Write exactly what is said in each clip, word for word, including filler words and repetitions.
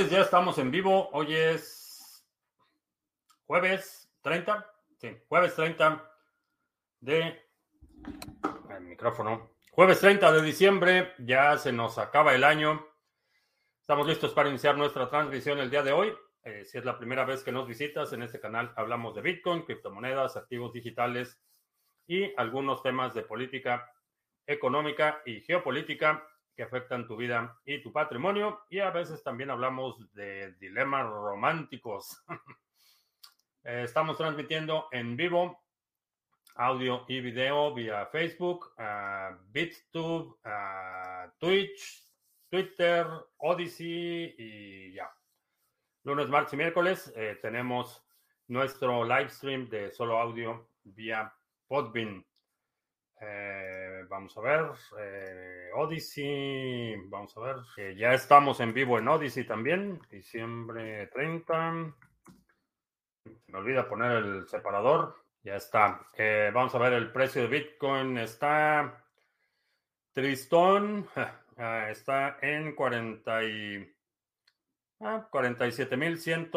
noches, ya estamos en vivo. Hoy es jueves treinta. Sí, jueves treinta de... El micrófono. Jueves treinta de diciembre, ya se nos acaba el año. Estamos listos para iniciar nuestra transmisión el día de hoy. Eh, si es la primera vez que nos visitas, en este canal hablamos de Bitcoin, criptomonedas, activos digitales y algunos temas de política económica y geopolítica que afectan tu vida y tu patrimonio, y a veces también hablamos de dilemas románticos. Eh, estamos transmitiendo en vivo audio y video vía Facebook, uh, BitTube, uh, Twitch, Twitter, Odyssey y ya. Lunes, martes y miércoles eh, tenemos nuestro live stream de solo audio vía Podbean. Eh, vamos a ver, eh, Odyssey, vamos a ver, eh, ya estamos en vivo en Odyssey también, diciembre treinta. Me olvida poner el separador, ya está. Eh, vamos a ver el precio de Bitcoin, está tristón, uh, está en cuarenta y, ah, cuarenta y siete mil cien,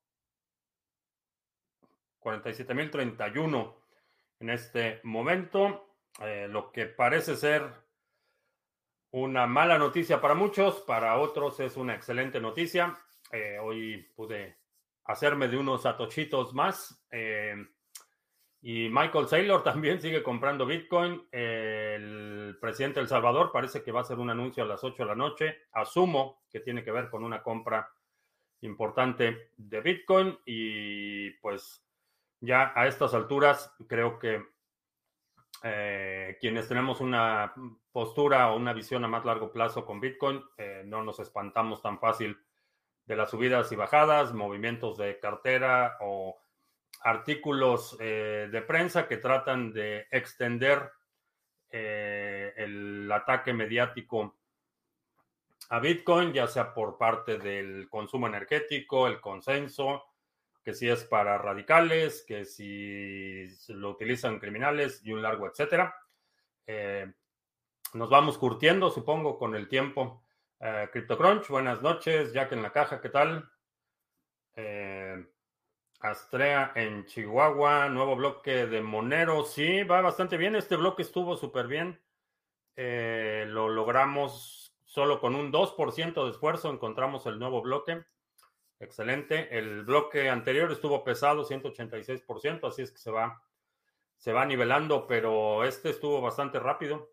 cuarenta y siete mil treinta y uno en este momento. Eh, lo que parece ser una mala noticia para muchos, para otros es una excelente noticia. Eh, hoy pude hacerme de unos satochitos más. Eh, y Michael Saylor también sigue comprando Bitcoin. Eh, el presidente de El Salvador parece que va a hacer un anuncio a las ocho de la noche. Asumo que tiene que ver con una compra importante de Bitcoin. Y pues ya a estas alturas creo que Eh, quienes tenemos una postura o una visión a más largo plazo con Bitcoin, eh, no nos espantamos tan fácil de las subidas y bajadas, movimientos de cartera o artículos eh, de prensa que tratan de extender eh, el ataque mediático a Bitcoin, ya sea por parte del consumo energético, el consenso, que si es para radicales, que si lo utilizan criminales y un largo etcétera. Eh, nos vamos curtiendo, supongo, con el tiempo. Eh, CryptoCrunch, buenas noches. Jack en la caja, ¿qué tal? Eh, Astrea en Chihuahua, nuevo bloque de Monero. Sí, va bastante bien. Este bloque estuvo súper bien. Eh, lo logramos solo con un dos por ciento de esfuerzo. Encontramos el nuevo bloque. Excelente. El bloque anterior estuvo pesado, ciento ochenta y seis por ciento, así es que se va, se va nivelando, pero este estuvo bastante rápido.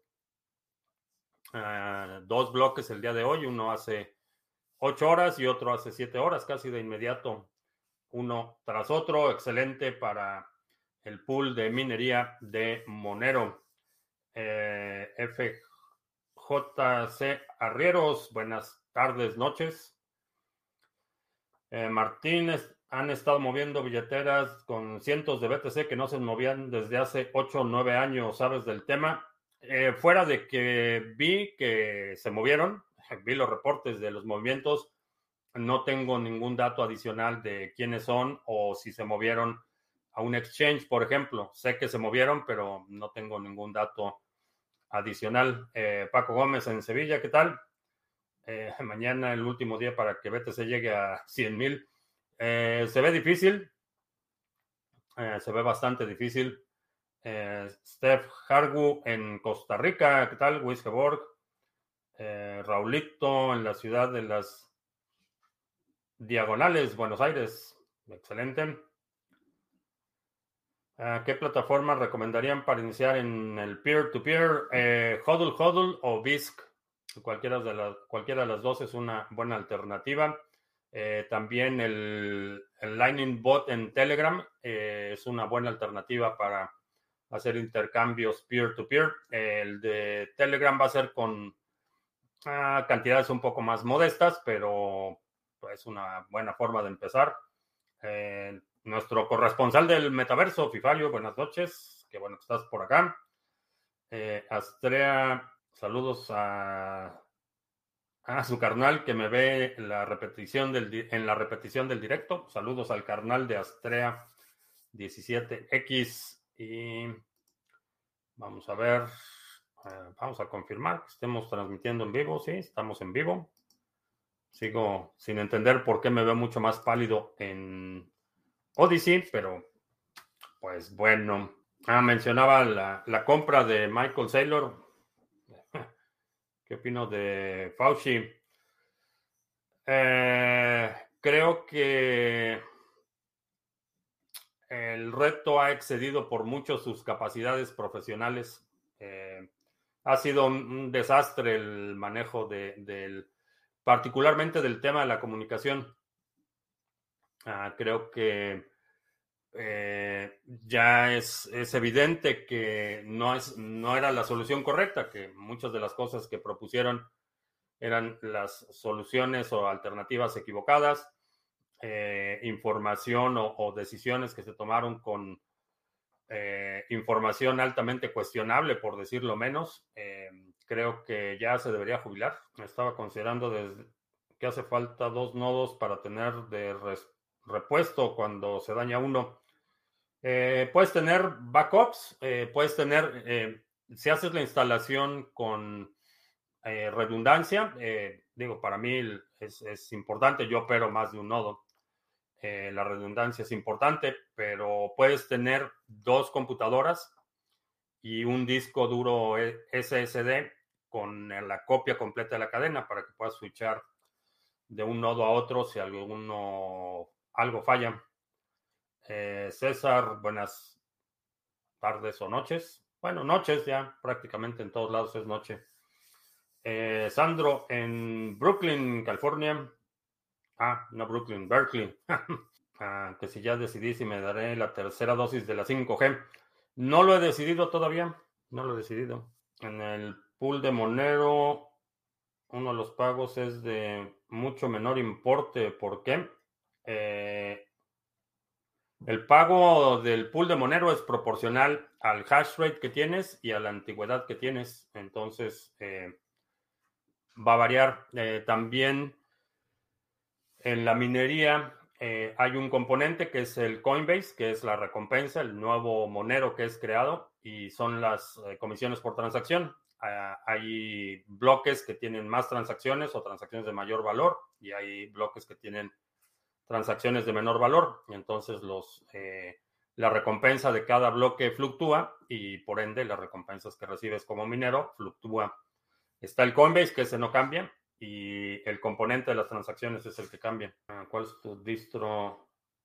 Uh, dos bloques el día de hoy, uno hace ocho horas y otro hace siete horas, casi de inmediato, uno tras otro. Excelente para el pool de minería de Monero. Eh, F J C Arrieros, buenas tardes, noches. Eh, Martínez, han estado moviendo billeteras con cientos de B T C que no se movían desde hace ocho o nueve años. ¿Sabes del tema? Eh, fuera de que vi que se movieron, vi los reportes de los movimientos, no tengo ningún dato adicional de quiénes son o si se movieron a un exchange, por ejemplo. Sé que se movieron, pero no tengo ningún dato adicional. Eh, Paco Gómez en Sevilla, ¿qué tal? Eh, mañana el último día para que B T C llegue a cien mil. Eh, se ve difícil, eh, se ve bastante difícil. Eh, Steph Hargu en Costa Rica, ¿qué tal? Wisgeborg. Eh, Raulito en la ciudad de las Diagonales, Buenos Aires. Excelente. Uh, ¿Qué plataforma recomendarían para iniciar en el peer-to-peer? Eh, Hodl Hodl o Bisq. Cualquiera de, las, cualquiera de las dos es una buena alternativa. Eh, también el, el Lightning Bot en Telegram eh, es una buena alternativa para hacer intercambios peer-to-peer. El de Telegram va a ser con uh, cantidades un poco más modestas, pero es pues, una buena forma de empezar. Eh, nuestro corresponsal del metaverso, Fifalio, buenas noches. Qué bueno que estás por acá. Eh, Astrea, saludos a, a su carnal que me ve la repetición del, en la repetición del directo. Saludos al carnal de Astrea diecisiete equis. Y vamos a ver, eh, vamos a confirmar que estemos transmitiendo en vivo. Sí, estamos en vivo. Sigo sin entender por qué me veo mucho más pálido en Odyssey, pero pues bueno. Ah, mencionaba la, la compra de Michael Saylor. ¿Qué opino de Fauci? Eh, creo que el reto ha excedido por mucho sus capacidades profesionales. Eh, ha sido un, un desastre el manejo de, del, particularmente del tema de la comunicación. Ah, creo que eh, ya es, es evidente que no, es, no era la solución correcta, que muchas de las cosas que propusieron eran las soluciones o alternativas equivocadas, eh, información o, o, decisiones que se tomaron con eh, información altamente cuestionable, por decirlo menos. Eh, creo que ya se debería jubilar. Estaba considerando desde que hace falta dos nodos para tener de res, repuesto cuando se daña uno. Eh, puedes tener backups, eh, puedes tener, eh, si haces la instalación con eh, redundancia, eh, digo, para mí es, es, importante, yo opero más de un nodo. Eh, la redundancia es importante, pero puedes tener dos computadoras y un disco duro S S D con la copia completa de la cadena para que puedas switchar de un nodo a otro si alguno, algo falla. Eh, César, buenas tardes o noches. Bueno, noches ya, prácticamente en todos lados es noche. Eh, Sandro, en Brooklyn, California. Ah, no Brooklyn, Berkeley. Ah, que si ya decidí si me daré la tercera dosis de la cinco G. No lo he decidido todavía. No lo he decidido. En el pool de Monero, uno de los pagos es de mucho menor importe. ¿Por qué? Eh, el pago del pool de Monero es proporcional al hash rate que tienes y a la antigüedad que tienes. Entonces, eh, va a variar. Eh, también en la minería eh, hay un componente que es el Coinbase, que es la recompensa, el nuevo Monero que es creado, y son las eh, comisiones por transacción. Uh, hay bloques que tienen más transacciones o transacciones de mayor valor, y hay bloques que tienen transacciones de menor valor. Y entonces los, eh, la recompensa de cada bloque fluctúa y por ende las recompensas que recibes como minero fluctúa. Está el Coinbase, que ese no cambia, y el componente de las transacciones es el que cambia. ¿Cuál es tu distro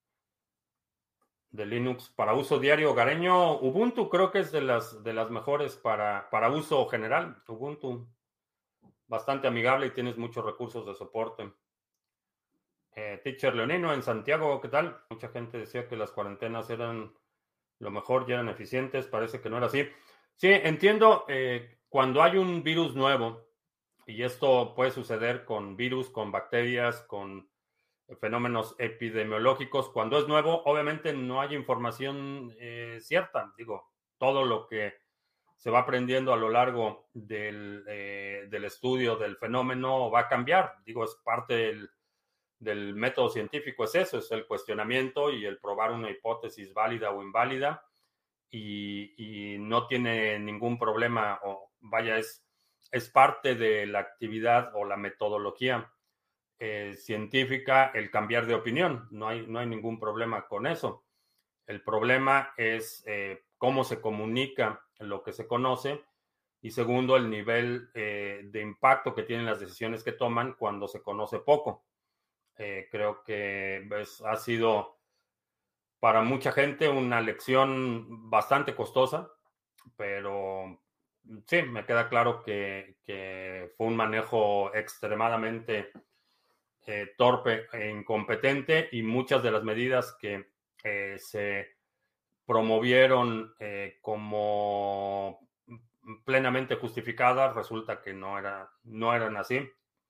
de Linux para uso diario hogareño? Ubuntu creo que es de las, de las mejores para, para uso general. Ubuntu, bastante amigable y tienes muchos recursos de soporte. Eh, Teacher Leonino en Santiago, ¿qué tal? Mucha gente decía que las cuarentenas eran lo mejor, ya eran eficientes, parece que no era así. Sí, entiendo, eh, cuando hay un virus nuevo, y esto puede suceder con virus, con bacterias, con fenómenos epidemiológicos. Cuando es nuevo, obviamente no hay información eh, cierta. Digo, todo lo que se va aprendiendo a lo largo del, eh, del estudio del fenómeno va a cambiar. Digo, es parte del, del método científico, es eso, es el cuestionamiento y el probar una hipótesis válida o inválida. Y, y no tiene ningún problema, o vaya, es, es parte de la actividad o la metodología eh, científica el cambiar de opinión. No hay, no hay ningún problema con eso. El problema es eh, cómo se comunica lo que se conoce y segundo, el nivel eh, de impacto que tienen las decisiones que toman cuando se conoce poco. Eh, creo que pues, ha sido para mucha gente una lección bastante costosa, pero sí, me queda claro que, que fue un manejo extremadamente eh, torpe e incompetente y muchas de las medidas que eh, se promovieron eh, como plenamente justificadas resulta que no, era, no eran así.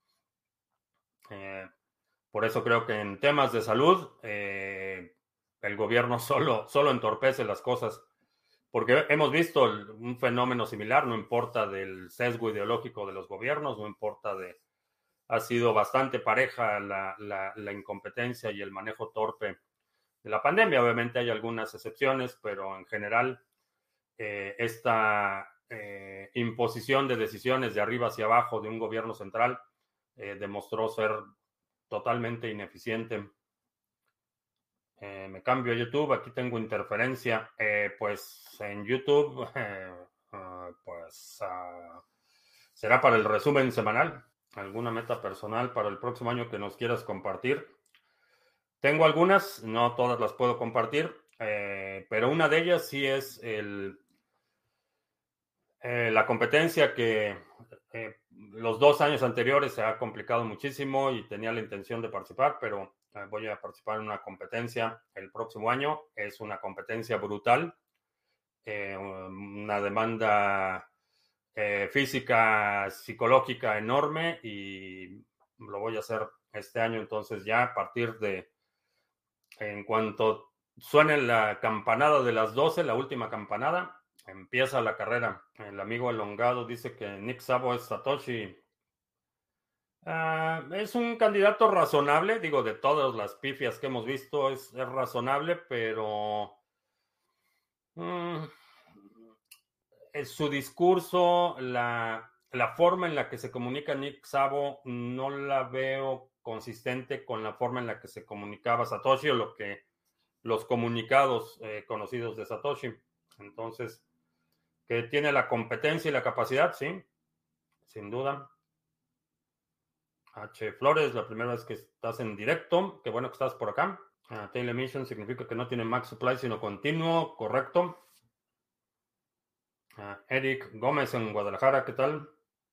Eh, por eso creo que en temas de salud eh, el gobierno solo, solo entorpece las cosas. Porque hemos visto un fenómeno similar, no importa del sesgo ideológico de los gobiernos, no importa de ha sido bastante pareja la, la, la, incompetencia y el manejo torpe de la pandemia. Obviamente hay algunas excepciones, pero en general eh, esta eh, imposición de decisiones de arriba hacia abajo de un gobierno central eh, demostró ser totalmente ineficiente. Eh, me cambio a YouTube, aquí tengo interferencia. Eh, pues en YouTube, eh, uh, pues uh, será para el resumen semanal. ¿Alguna meta personal para el próximo año que nos quieras compartir? Tengo algunas, no todas las puedo compartir, eh, pero una de ellas sí es el, eh, la competencia que eh, los dos años anteriores se ha complicado muchísimo y tenía la intención de participar, pero eh, voy a participar en una competencia el próximo año. Es una competencia brutal, eh, una demanda eh, física, psicológica enorme y lo voy a hacer este año. Entonces ya a partir de, en cuanto suene la campanada de las doce, la última campanada, empieza la carrera. El amigo elongado dice que Nick Szabo es Satoshi. Uh, es un candidato razonable, digo, de todas las pifias que hemos visto, es, es razonable, pero mm, es su discurso, la, la forma en la que se comunica Nick Szabo, no la veo consistente con la forma en la que se comunicaba Satoshi o lo que los comunicados eh, conocidos de Satoshi. Entonces, que tiene la competencia y la capacidad, sí, sin duda. H. Flores, la primera vez que estás en directo, qué bueno que estás por acá. Uh, Tail Emission significa que no tiene max supply, sino continuo, correcto. Uh, Eric Gómez en Guadalajara, ¿qué tal?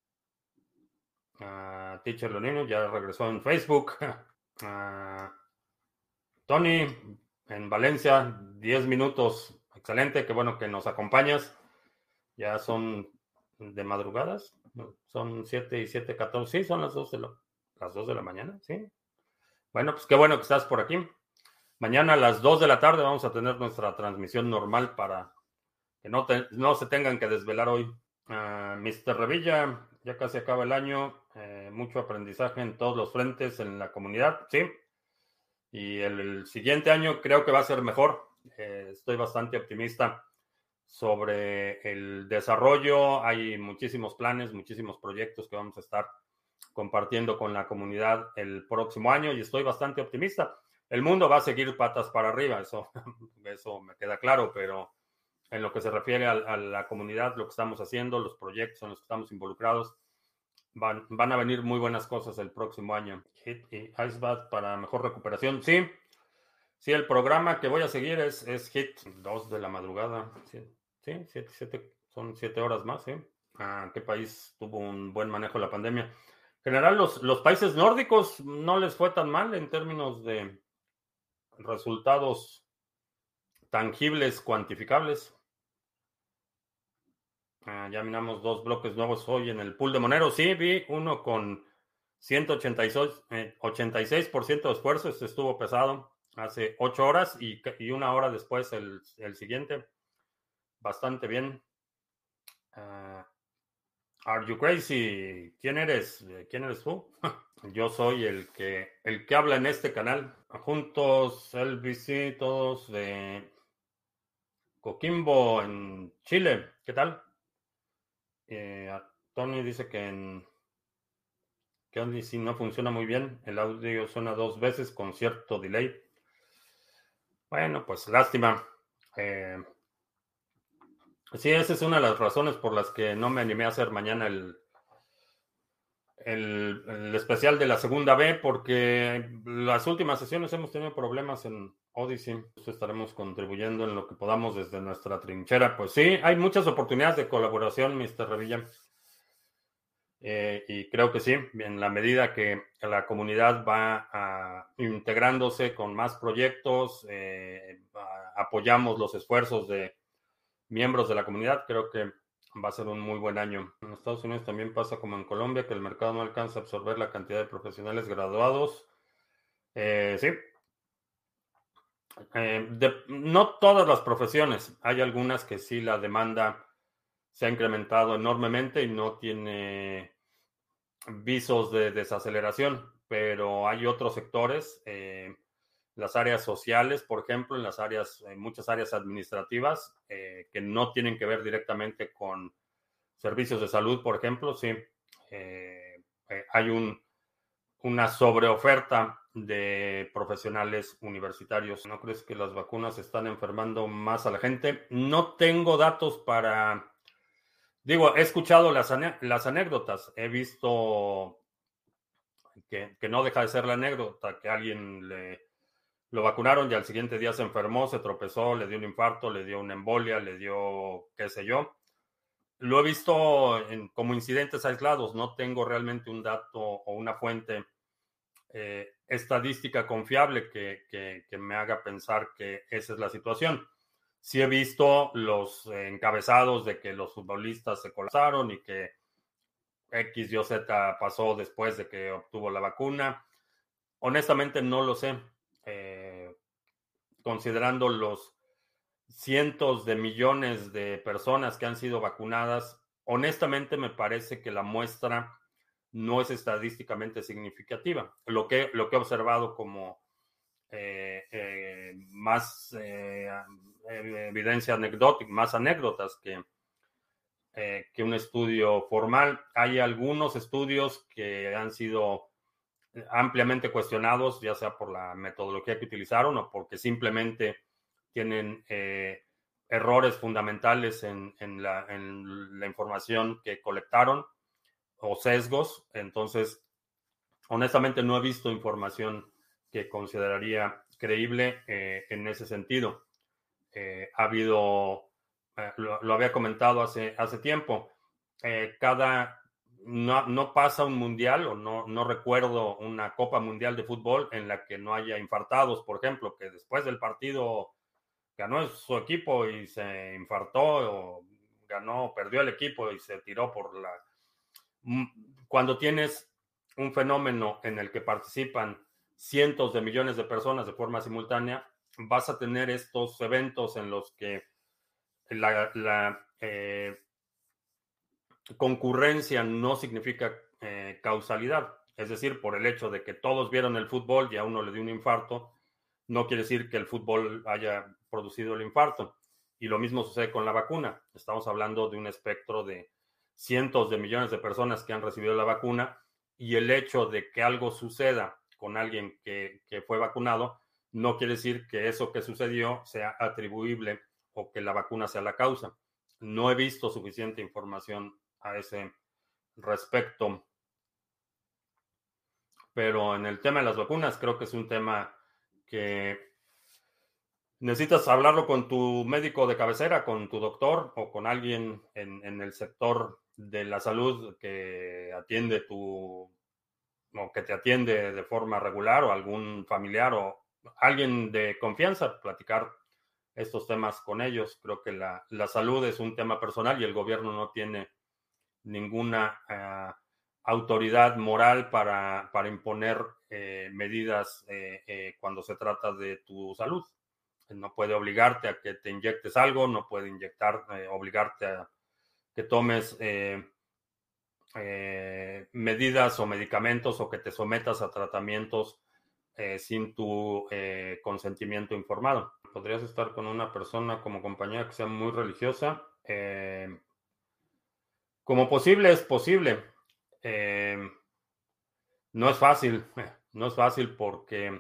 Uh, Teacher Leonino ya regresó en Facebook. Uh, Tony en Valencia, diez minutos, excelente, qué bueno que nos acompañas. Ya son de madrugadas, son siete y siete, catorce, sí, son las dos de la, las dos de la mañana, sí. Bueno, pues qué bueno que estás por aquí. Mañana a las dos de la tarde vamos a tener nuestra transmisión normal para que no, te, no se tengan que desvelar hoy. Uh, mister Revilla, ya casi acaba el año, eh, mucho aprendizaje en todos los frentes en la comunidad, sí. Y el, el siguiente año creo que va a ser mejor. Eh, estoy bastante optimista sobre el desarrollo. Hay muchísimos planes, muchísimos proyectos que vamos a estar compartiendo con la comunidad el próximo año y estoy bastante optimista. El mundo va a seguir patas para arriba, eso, eso me queda claro, pero en lo que se refiere a, a la comunidad, lo que estamos haciendo, los proyectos en los que estamos involucrados, van, van a venir muy buenas cosas el próximo año. Hit y Ice Bath para mejor recuperación, sí. Sí, el programa que voy a seguir es, es Hit, dos de la madrugada. Sí, sí siete, siete, son siete horas más, ¿sí? Ah, ¿qué país tuvo un buen manejo de la pandemia? En general, los, los países nórdicos no les fue tan mal en términos de resultados tangibles, cuantificables. Ah, ya minamos dos bloques nuevos hoy en el pool de Monero. Sí, vi uno con ciento ochenta y seis, eh, ochenta y seis por ciento de esfuerzo. Este estuvo pesado hace ocho horas y, y una hora después el, el siguiente. Bastante bien. Uh, Are you crazy? ¿Quién eres? ¿Quién eres tú? Yo soy el que, el que habla en este canal. Juntos, L B C, todos de Coquimbo, en Chile. ¿Qué tal? Eh, Tony dice que en que Odyssey no funciona muy bien. El audio suena dos veces con cierto delay. Bueno, pues lástima. Eh, sí, esa es una de las razones por las que no me animé a hacer mañana el, el, el especial de la segunda B, porque las últimas sesiones hemos tenido problemas en Odyssey. Pues estaremos contribuyendo en lo que podamos desde nuestra trinchera. Pues sí, hay muchas oportunidades de colaboración, mister Revilla. Eh, y creo que sí, en la medida que la comunidad va a, integrándose con más proyectos, eh, a, apoyamos los esfuerzos de miembros de la comunidad, creo que va a ser un muy buen año. En Estados Unidos también pasa como en Colombia, que el mercado no alcanza a absorber la cantidad de profesionales graduados. Eh, sí. Eh, de, no todas las profesiones, hay algunas que sí la demanda se ha incrementado enormemente y no tiene visos de desaceleración, pero hay otros sectores, eh, las áreas sociales, por ejemplo, en las áreas, en muchas áreas administrativas, eh, que no tienen que ver directamente con servicios de salud, por ejemplo, sí, eh, eh, hay un, una sobreoferta de profesionales universitarios. ¿No crees que las vacunas están enfermando más a la gente? No tengo datos para... Digo, he escuchado las, ane- las anécdotas, he visto que, que no deja de ser la anécdota, que alguien le, lo vacunaron y al siguiente día se enfermó, se tropezó, le dio un infarto, le dio una embolia, le dio qué sé yo. Lo he visto en- como incidentes aislados, no tengo realmente un dato o una fuente eh, estadística confiable que, que, que me haga pensar que esa es la situación. Sí he visto los eh, encabezados de que los futbolistas se colapsaron y que X, Y, Z pasó después de que obtuvo la vacuna. Honestamente no lo sé. Eh, considerando los cientos de millones de personas que han sido vacunadas, honestamente me parece que la muestra no es estadísticamente significativa. Lo que, lo que he observado como eh, eh, más eh, evidencia anecdótica, más anécdotas que, eh, que un estudio formal. Hay algunos estudios que han sido ampliamente cuestionados, ya sea por la metodología que utilizaron o porque simplemente tienen eh, errores fundamentales en, en, la, en la información que colectaron o sesgos. Entonces, honestamente, no he visto información que consideraría creíble eh, en ese sentido. Eh, ha habido, eh, lo, lo, había comentado hace, hace tiempo, eh, cada, no, no, pasa un mundial o no, no recuerdo una Copa Mundial de Fútbol en la que no haya infartados, por ejemplo, que después del partido ganó su equipo y se infartó o ganó, perdió el equipo y se tiró por la... Cuando tienes un fenómeno en el que participan cientos de millones de personas de forma simultánea, vas a tener estos eventos en los que la, la eh, concurrencia no significa eh, causalidad. Es decir, por el hecho de que todos vieron el fútbol y a uno le dio un infarto, no quiere decir que el fútbol haya producido el infarto. Y lo mismo sucede con la vacuna. Estamos hablando de un espectro de cientos de millones de personas que han recibido la vacuna y el hecho de que algo suceda con alguien que, que fue vacunado no quiere decir que eso que sucedió sea atribuible o que la vacuna sea la causa. No he visto suficiente información a ese respecto, pero en el tema de las vacunas creo que es un tema que necesitas hablarlo con tu médico de cabecera, con tu doctor o con alguien en, en el sector de la salud que atiende tu o que te atiende de forma regular o algún familiar o alguien de confianza, platicar estos temas con ellos. Creo que la, la salud es un tema personal y el gobierno no tiene ninguna uh, autoridad moral para, para imponer eh, medidas eh, eh, cuando se trata de tu salud. No puede obligarte a que te inyectes algo, no puede inyectar, eh, obligarte a que tomes eh, eh, medidas o medicamentos o que te sometas a tratamientos eh, sin tu eh, consentimiento informado. Podrías estar con una persona como compañera que sea muy religiosa. Eh, como posible es posible. Eh, no es fácil, no es fácil porque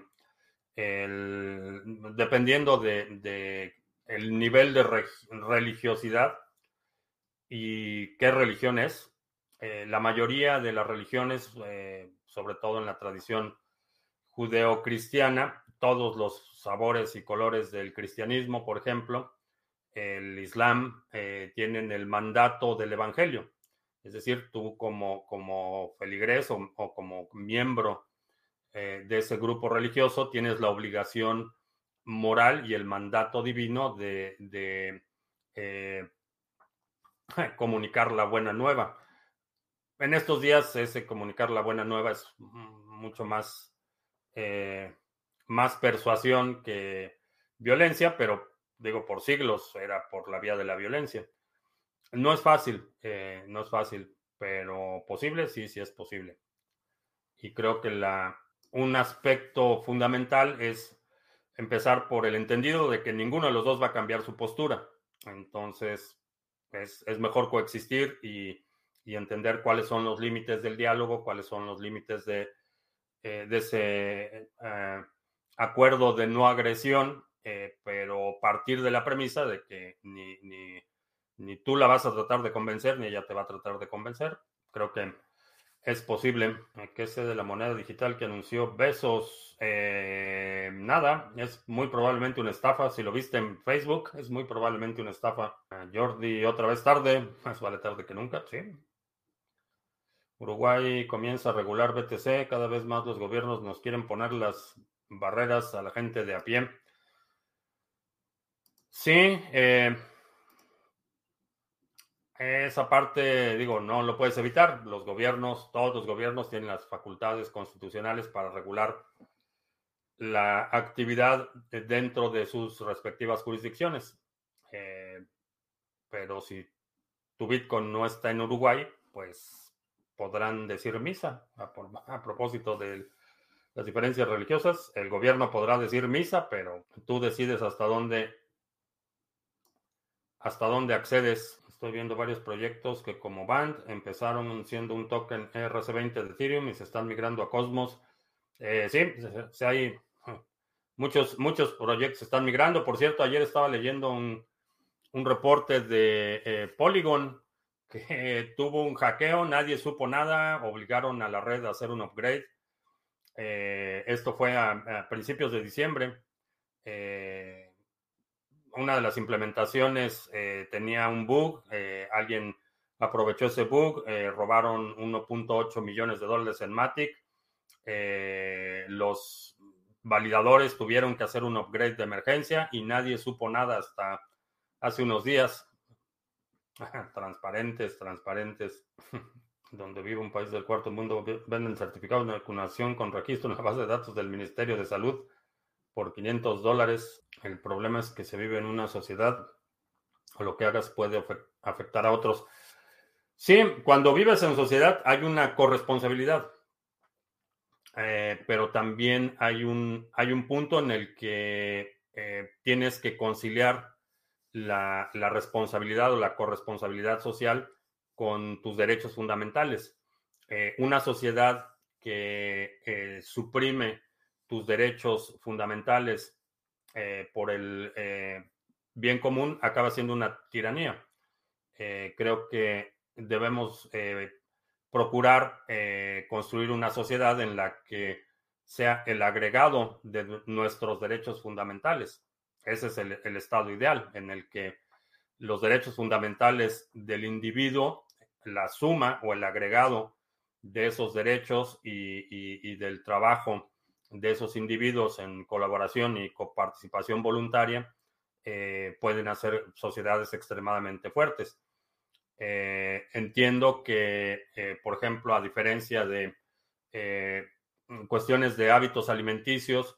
el, dependiendo de, de el nivel de re, religiosidad y qué religión es, eh, la mayoría de las religiones, eh, sobre todo en la tradición judeocristiana, todos los sabores y colores del cristianismo, por ejemplo, el Islam, eh, tienen el mandato del Evangelio. Es decir, tú como, como feligres o, o como miembro eh, de ese grupo religioso tienes la obligación moral y el mandato divino de, de eh, comunicar la buena nueva. En estos días ese comunicar la buena nueva es mucho más, eh, más persuasión que violencia, pero digo, por siglos era por la vía de la violencia. No es fácil, eh, no es fácil, pero posible, sí, sí es posible. Y creo que la, un aspecto fundamental es empezar por el entendido de que ninguno de los dos va a cambiar su postura. Entonces, es, es mejor coexistir y, y, entender cuáles son los límites del diálogo, cuáles son los límites de eh, de ese eh, acuerdo de no agresión, eh, pero partir de la premisa de que ni, ni, ni tú la vas a tratar de convencer, ni ella te va a tratar de convencer. Creo que es posible. ¿Qué sé de la moneda digital que anunció Besos? Eh, nada, es muy probablemente una estafa. Si lo viste en Facebook, es muy probablemente una estafa. Ah, Jordi, otra vez tarde. Más vale tarde que nunca, sí. Uruguay comienza a regular B T C. Cada vez más los gobiernos nos quieren poner las barreras a la gente de a pie. Sí, eh, esa parte, digo, no lo puedes evitar. Los gobiernos, todos los gobiernos tienen las facultades constitucionales para regular la actividad dentro de sus respectivas jurisdicciones. Eh, pero si tu Bitcoin no está en Uruguay, pues podrán decir misa. A, por- a propósito de las diferencias religiosas, el gobierno podrá decir misa, pero tú decides hasta dónde, hasta dónde accedes. Estoy viendo varios proyectos que como Band empezaron siendo un token E R C veinte de Ethereum y se están migrando a Cosmos. Eh, sí, sí hay muchos, muchos proyectos se están migrando. Por cierto, ayer estaba leyendo un, un reporte de eh, Polygon que eh, tuvo un hackeo, nadie supo nada, obligaron a la red a hacer un upgrade. Eh, esto fue a, a principios de diciembre. Eh, una de las implementaciones eh, tenía un bug, eh, alguien aprovechó ese bug, eh, robaron uno punto ocho millones de dólares en Matic. Eh, los validadores tuvieron que hacer un upgrade de emergencia y nadie supo nada hasta hace unos días. Transparentes, transparentes. Donde vive un país del cuarto mundo, venden certificados de vacunación con registro en la base de datos del Ministerio de Salud por quinientos dólares. El problema es que se vive en una sociedad o lo que hagas puede afectar a otros. Sí, cuando vives en sociedad hay una corresponsabilidad, eh, pero también hay un, hay un punto en el que eh, tienes que conciliar la, la responsabilidad o la corresponsabilidad social con tus derechos fundamentales. Eh, una sociedad que eh, suprime tus derechos fundamentales eh, por el eh, bien común acaba siendo una tiranía. Eh, creo que debemos eh, procurar eh, construir una sociedad en la que sea el agregado de nuestros derechos fundamentales. Ese es el, el estado ideal en el que los derechos fundamentales del individuo, la suma o el agregado de esos derechos y, y, y del trabajo de esos individuos en colaboración y coparticipación voluntaria, eh, pueden hacer sociedades extremadamente fuertes. Eh, entiendo que, eh, por ejemplo, a diferencia de eh, cuestiones de hábitos alimenticios,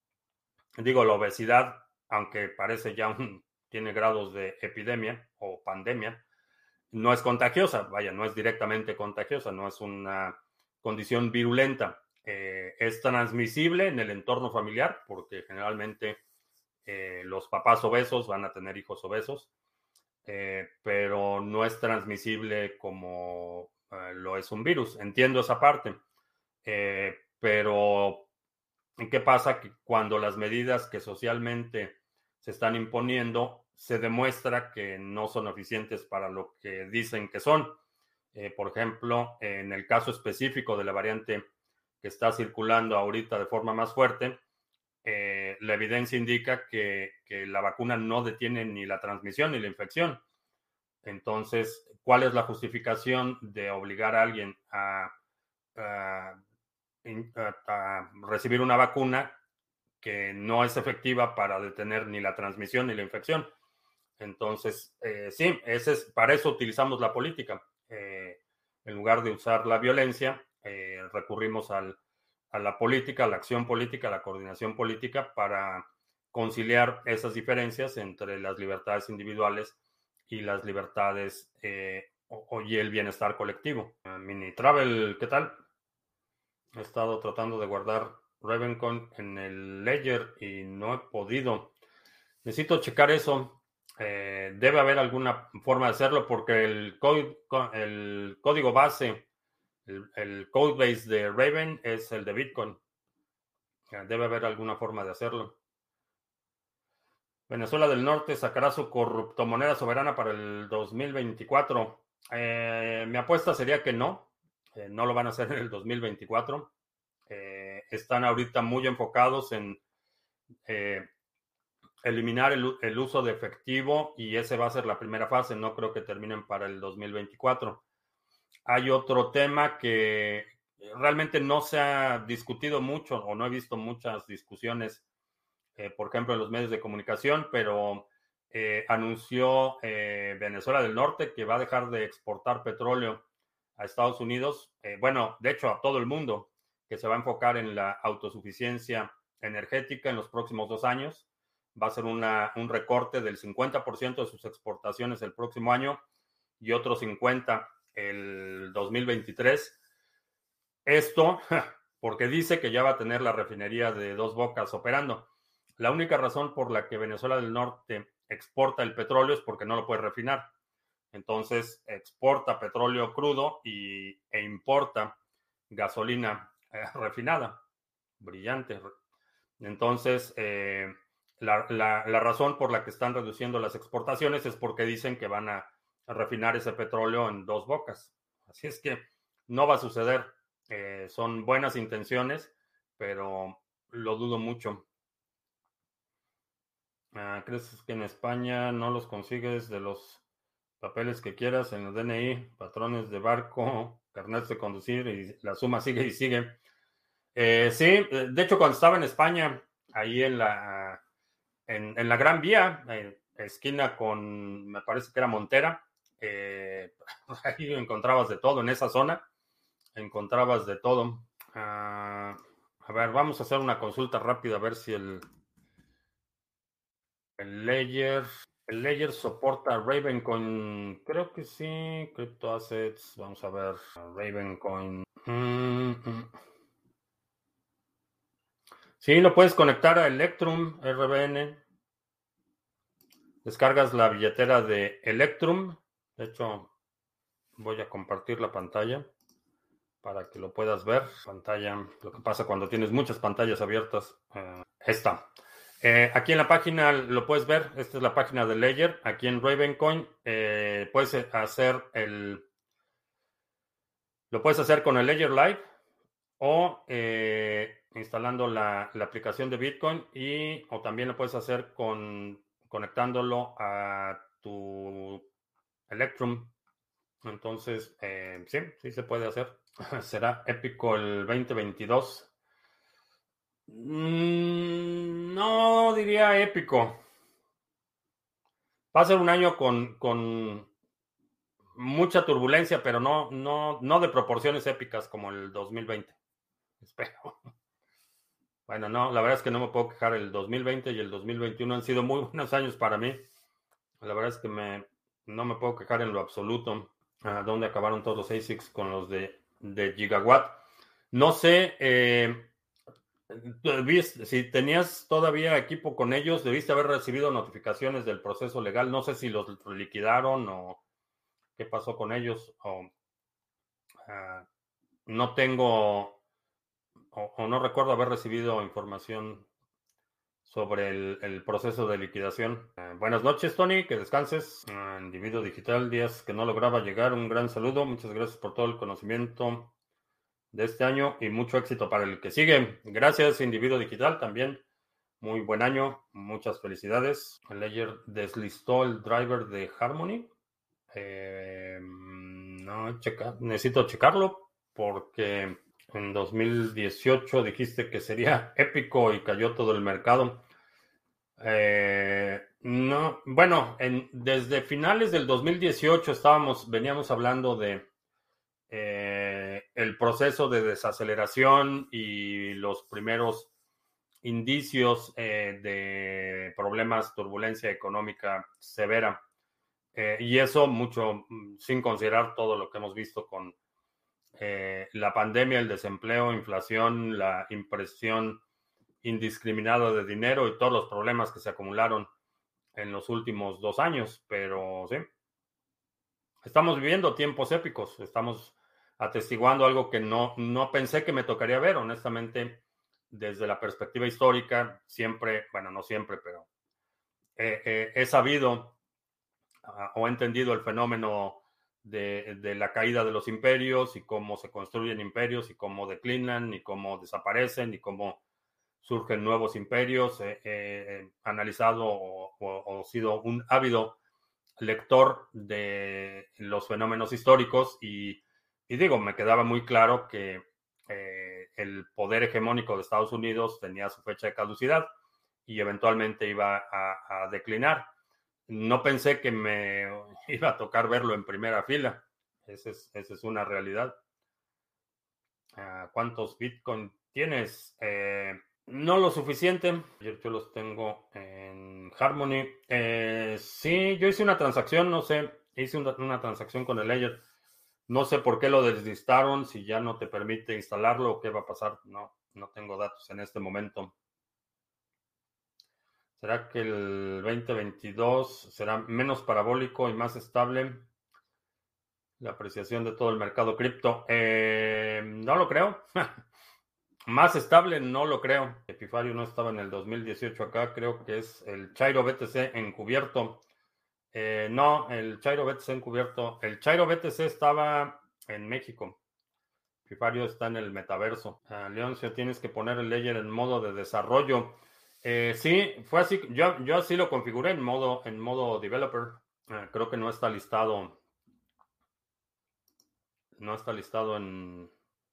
digo, la obesidad, aunque parece ya un, tiene grados de epidemia o pandemia, no es contagiosa, vaya, no es directamente contagiosa, no es una condición virulenta. Eh, es transmisible en el entorno familiar, porque generalmente eh, los papás obesos van a tener hijos obesos, eh, pero no es transmisible como eh, lo es un virus. Entiendo esa parte, eh, pero ¿qué pasa? Que cuando las medidas que socialmente se están imponiendo se demuestra que no son eficientes para lo que dicen que son. Eh, por ejemplo, en el caso específico de la variante que está circulando ahorita de forma más fuerte, eh, la evidencia indica que, que la vacuna no detiene ni la transmisión ni la infección. Entonces, ¿cuál es la justificación de obligar a alguien a, a, a recibir una vacuna que no es efectiva para detener ni la transmisión ni la infección? Entonces, eh, sí, ese es, para eso utilizamos la política. Eh, en lugar de usar la violencia, eh, recurrimos al, a la política, a la acción política, a la coordinación política para conciliar esas diferencias entre las libertades individuales y las libertades eh, o, y el bienestar colectivo. Uh, Mini Travel, ¿qué tal? He estado tratando de guardar Ravencoin en el Ledger y no he podido. Necesito checar eso. Eh, debe haber alguna forma de hacerlo porque el código, el código base El, el codebase de Raven es el de Bitcoin. Debe haber alguna forma de hacerlo. Venezuela del Norte sacará su corruptomoneda soberana para el dos mil veinticuatro. Eh, mi apuesta sería que no. Eh, no lo van a hacer en el dos mil veinticuatro. Eh, están ahorita muy enfocados en eh, eliminar el, el uso de efectivo y ese va a ser la primera fase. No creo que terminen para el dos mil veinticuatro. Hay otro tema que realmente no se ha discutido mucho o no he visto muchas discusiones, eh, por ejemplo, en los medios de comunicación, pero eh, anunció eh, Venezuela del Norte que va a dejar de exportar petróleo a Estados Unidos, eh, bueno, de hecho a todo el mundo, que se va a enfocar en la autosuficiencia energética en los próximos dos años. Va a ser una, un recorte del cincuenta por ciento de sus exportaciones el próximo año y otro cincuenta por ciento el dos mil veintitrés. Esto porque dice que ya va a tener la refinería de Dos Bocas operando. La única razón por la que Venezuela del Norte exporta el petróleo es porque no lo puede refinar. Entonces exporta petróleo crudo y, e importa gasolina eh, refinada. Brillante. Entonces, eh, la, la, la razón por la que están reduciendo las exportaciones es porque dicen que van a a refinar ese petróleo en Dos Bocas. Así es que no va a suceder. Eh, son buenas intenciones, pero lo dudo mucho. Ah, ¿crees que en España no los consigues de los papeles que quieras en el D N I, patrones de barco, carnet de conducir y la suma sigue y sigue? Eh, sí, de hecho cuando estaba en España, ahí en la, en, en la Gran Vía, eh, esquina con, me parece que era Montera, Eh, ahí encontrabas de todo en esa zona, encontrabas de todo. Uh, a ver, vamos a hacer una consulta rápida a ver si el, el Ledger, el Ledger soporta Ravencoin. Creo que sí, Crypto Assets. Vamos a ver, Ravencoin. Mm -hmm. Sí, lo puedes conectar a Electrum R B N. Descargas la billetera de Electrum. De hecho, voy a compartir la pantalla para que lo puedas ver. Pantalla, lo que pasa cuando tienes muchas pantallas abiertas. Uh, esta. Eh, aquí en la página lo puedes ver. Esta es la página de Ledger. Aquí en Ravencoin eh, puedes hacer el... Lo puedes hacer con el Ledger Live o eh, instalando la, la aplicación de Bitcoin y o también lo puedes hacer con conectándolo a tu Electrum. Entonces, eh, sí, sí se puede hacer. ¿Será épico el veinte veintidós? Mm, no diría épico. Va a ser un año con, con mucha turbulencia, pero no, no, no de proporciones épicas como el dos mil veinte. Espero. Bueno, no, la verdad es que no me puedo quejar. El dos mil veinte y el dos mil veintiuno han sido muy buenos años para mí. La verdad es que me, no me puedo quejar en lo absoluto. ¿A dónde acabaron todos los A S I Cs con los de, de Gigawatt? No sé, eh, si tenías todavía equipo con ellos, debiste haber recibido notificaciones del proceso legal. No sé si los liquidaron o qué pasó con ellos. O, uh, no tengo o, o no recuerdo haber recibido información sobre el, el proceso de liquidación. Uh, buenas noches, Tony, que descanses. Uh, individuo digital, días que no lograba llegar, un gran saludo. Muchas gracias por todo el conocimiento de este año y mucho éxito para el que sigue. Gracias, individuo digital, también. Muy buen año, muchas felicidades. El Ledger deslistó el driver de Harmony. Eh, no, checa, necesito checarlo porque en dos mil dieciocho dijiste que sería épico y cayó todo el mercado. Eh, no, bueno, en, desde finales del dos mil dieciocho estábamos, veníamos hablando de eh, el proceso de desaceleración y los primeros indicios eh, de problemas, turbulencia económica severa. Eh, y eso mucho sin considerar todo lo que hemos visto con eh, la pandemia, el desempleo, inflación, la impresión indiscriminada de dinero y todos los problemas que se acumularon en los últimos dos años. Pero sí, estamos viviendo tiempos épicos. Estamos atestiguando algo que no, no pensé que me tocaría ver, honestamente, desde la perspectiva histórica, siempre, bueno, no siempre, pero eh, eh, he sabido uh, o he entendido el fenómeno de, de, la caída de los imperios y cómo se construyen imperios y cómo declinan y cómo desaparecen y cómo surgen nuevos imperios. He eh, eh, analizado o, o, o sido un ávido lector de los fenómenos históricos y, y digo, me quedaba muy claro que eh, el poder hegemónico de Estados Unidos tenía su fecha de caducidad y eventualmente iba a, a declinar. No pensé que me iba a tocar verlo en primera fila. Esa es, esa es una realidad. Uh, ¿Cuántos Bitcoin tienes? Eh, no lo suficiente. Yo, yo los tengo en Harmony. Eh, sí, yo hice una transacción, no sé, hice una, una transacción con el Ledger. No sé por qué lo deslistaron, si ya no te permite instalarlo o qué va a pasar. No, no tengo datos en este momento. ¿Será que el veinte veintidós será menos parabólico y más estable? La apreciación de todo el mercado cripto. Eh, no lo creo. Más estable, no lo creo. Epifario no estaba en el dos mil dieciocho acá. Creo que es el Chairo B T C encubierto. Eh, no, el Chairo B T C encubierto. El Chairo B T C estaba en México. Epifario está en el metaverso. Uh, Leoncio, tienes que poner el Ledger en modo de desarrollo. Eh, sí, fue así. Yo, yo así lo configuré en modo, en modo developer. Uh, creo que no está listado. No está listado en,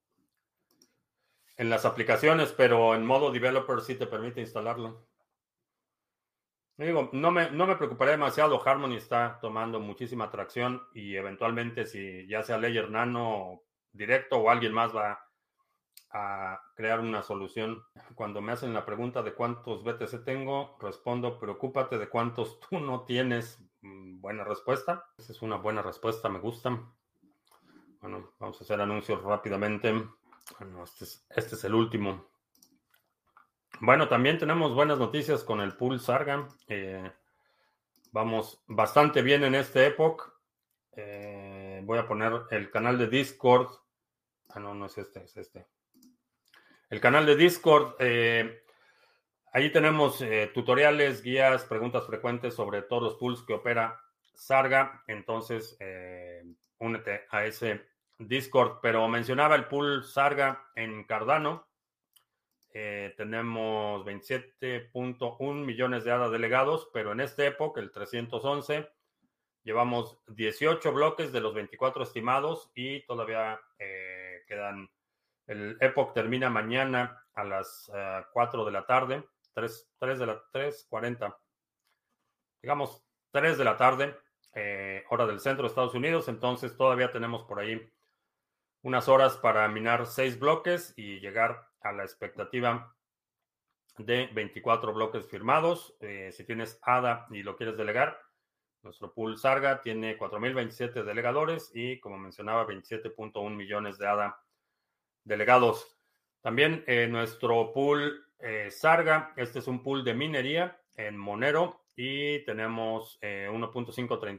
en las aplicaciones, pero en modo developer sí te permite instalarlo. Digo, no me, no me preocuparé demasiado. Harmony está tomando muchísima atracción y eventualmente si ya sea Ledger Nano directo o alguien más va a crear una solución. Cuando me hacen la pregunta de cuántos B T C tengo, respondo, preocúpate de cuántos tú no tienes. Buena respuesta. Esa es una buena respuesta, me gusta. Bueno, vamos a hacer anuncios rápidamente. Bueno, este es, este es el último. Bueno, también tenemos buenas noticias con el pool Sarga. Eh, vamos bastante bien en este epoch. Eh, voy a poner el canal de Discord. Ah, no, no es este, es este. El canal de Discord. Eh, ahí tenemos eh, tutoriales, guías, preguntas frecuentes sobre todos los pools que opera Sarga. Entonces, eh, únete a ese Discord. Pero mencionaba el pool Sarga en Cardano. Eh, tenemos veintisiete punto uno millones de A D A delegados, pero en esta época, el trescientos once, llevamos dieciocho bloques de los veinticuatro estimados y todavía eh, quedan. El epoch termina mañana a las uh, cuatro de la tarde, tres, tres de la tres cuarenta, digamos tres de la tarde, eh, hora del centro de Estados Unidos. Entonces todavía tenemos por ahí unas horas para minar seis bloques y llegar a la expectativa de veinticuatro bloques firmados. Eh, si tienes A D A y lo quieres delegar, nuestro pool Sarga tiene cuatro mil veintisiete delegadores y, como mencionaba, veintisiete punto uno millones de A D A delegados. También eh, nuestro pool eh, Sarga, este es un pool de minería en Monero y tenemos eh, uno punto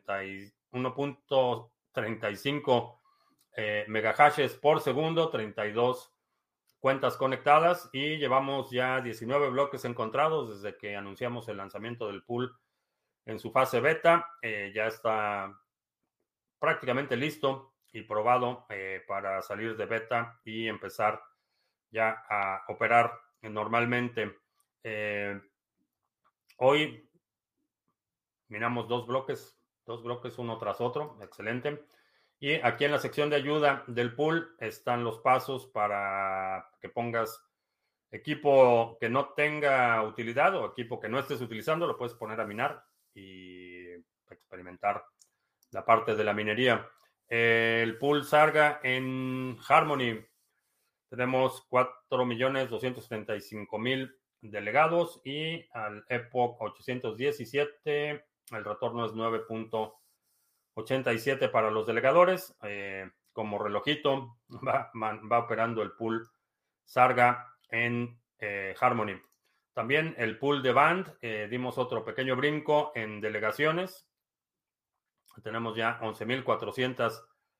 treinta y cinco eh, megahashes por segundo, treinta y dos cuentas conectadas y llevamos ya diecinueve bloques encontrados desde que anunciamos el lanzamiento del pool en su fase beta. Eh, ya está prácticamente listo y probado eh, para salir de beta y empezar ya a operar normalmente. Eh, hoy minamos dos bloques, dos bloques uno tras otro, excelente. Y aquí en la sección de ayuda del pool están los pasos para que pongas equipo que no tenga utilidad o equipo que no estés utilizando, lo puedes poner a minar y experimentar la parte de la minería. El pool Sarga en Harmony. Tenemos cuatro millones doscientos setenta y cinco mil delegados y al epoch ochocientos diecisiete el retorno es nueve punto ochenta y siete para los delegadores. Eh, como relojito va, va operando el pool Sarga en eh, Harmony. También el pool de Band, eh, dimos otro pequeño brinco en delegaciones. Tenemos ya once mil cuatrocientas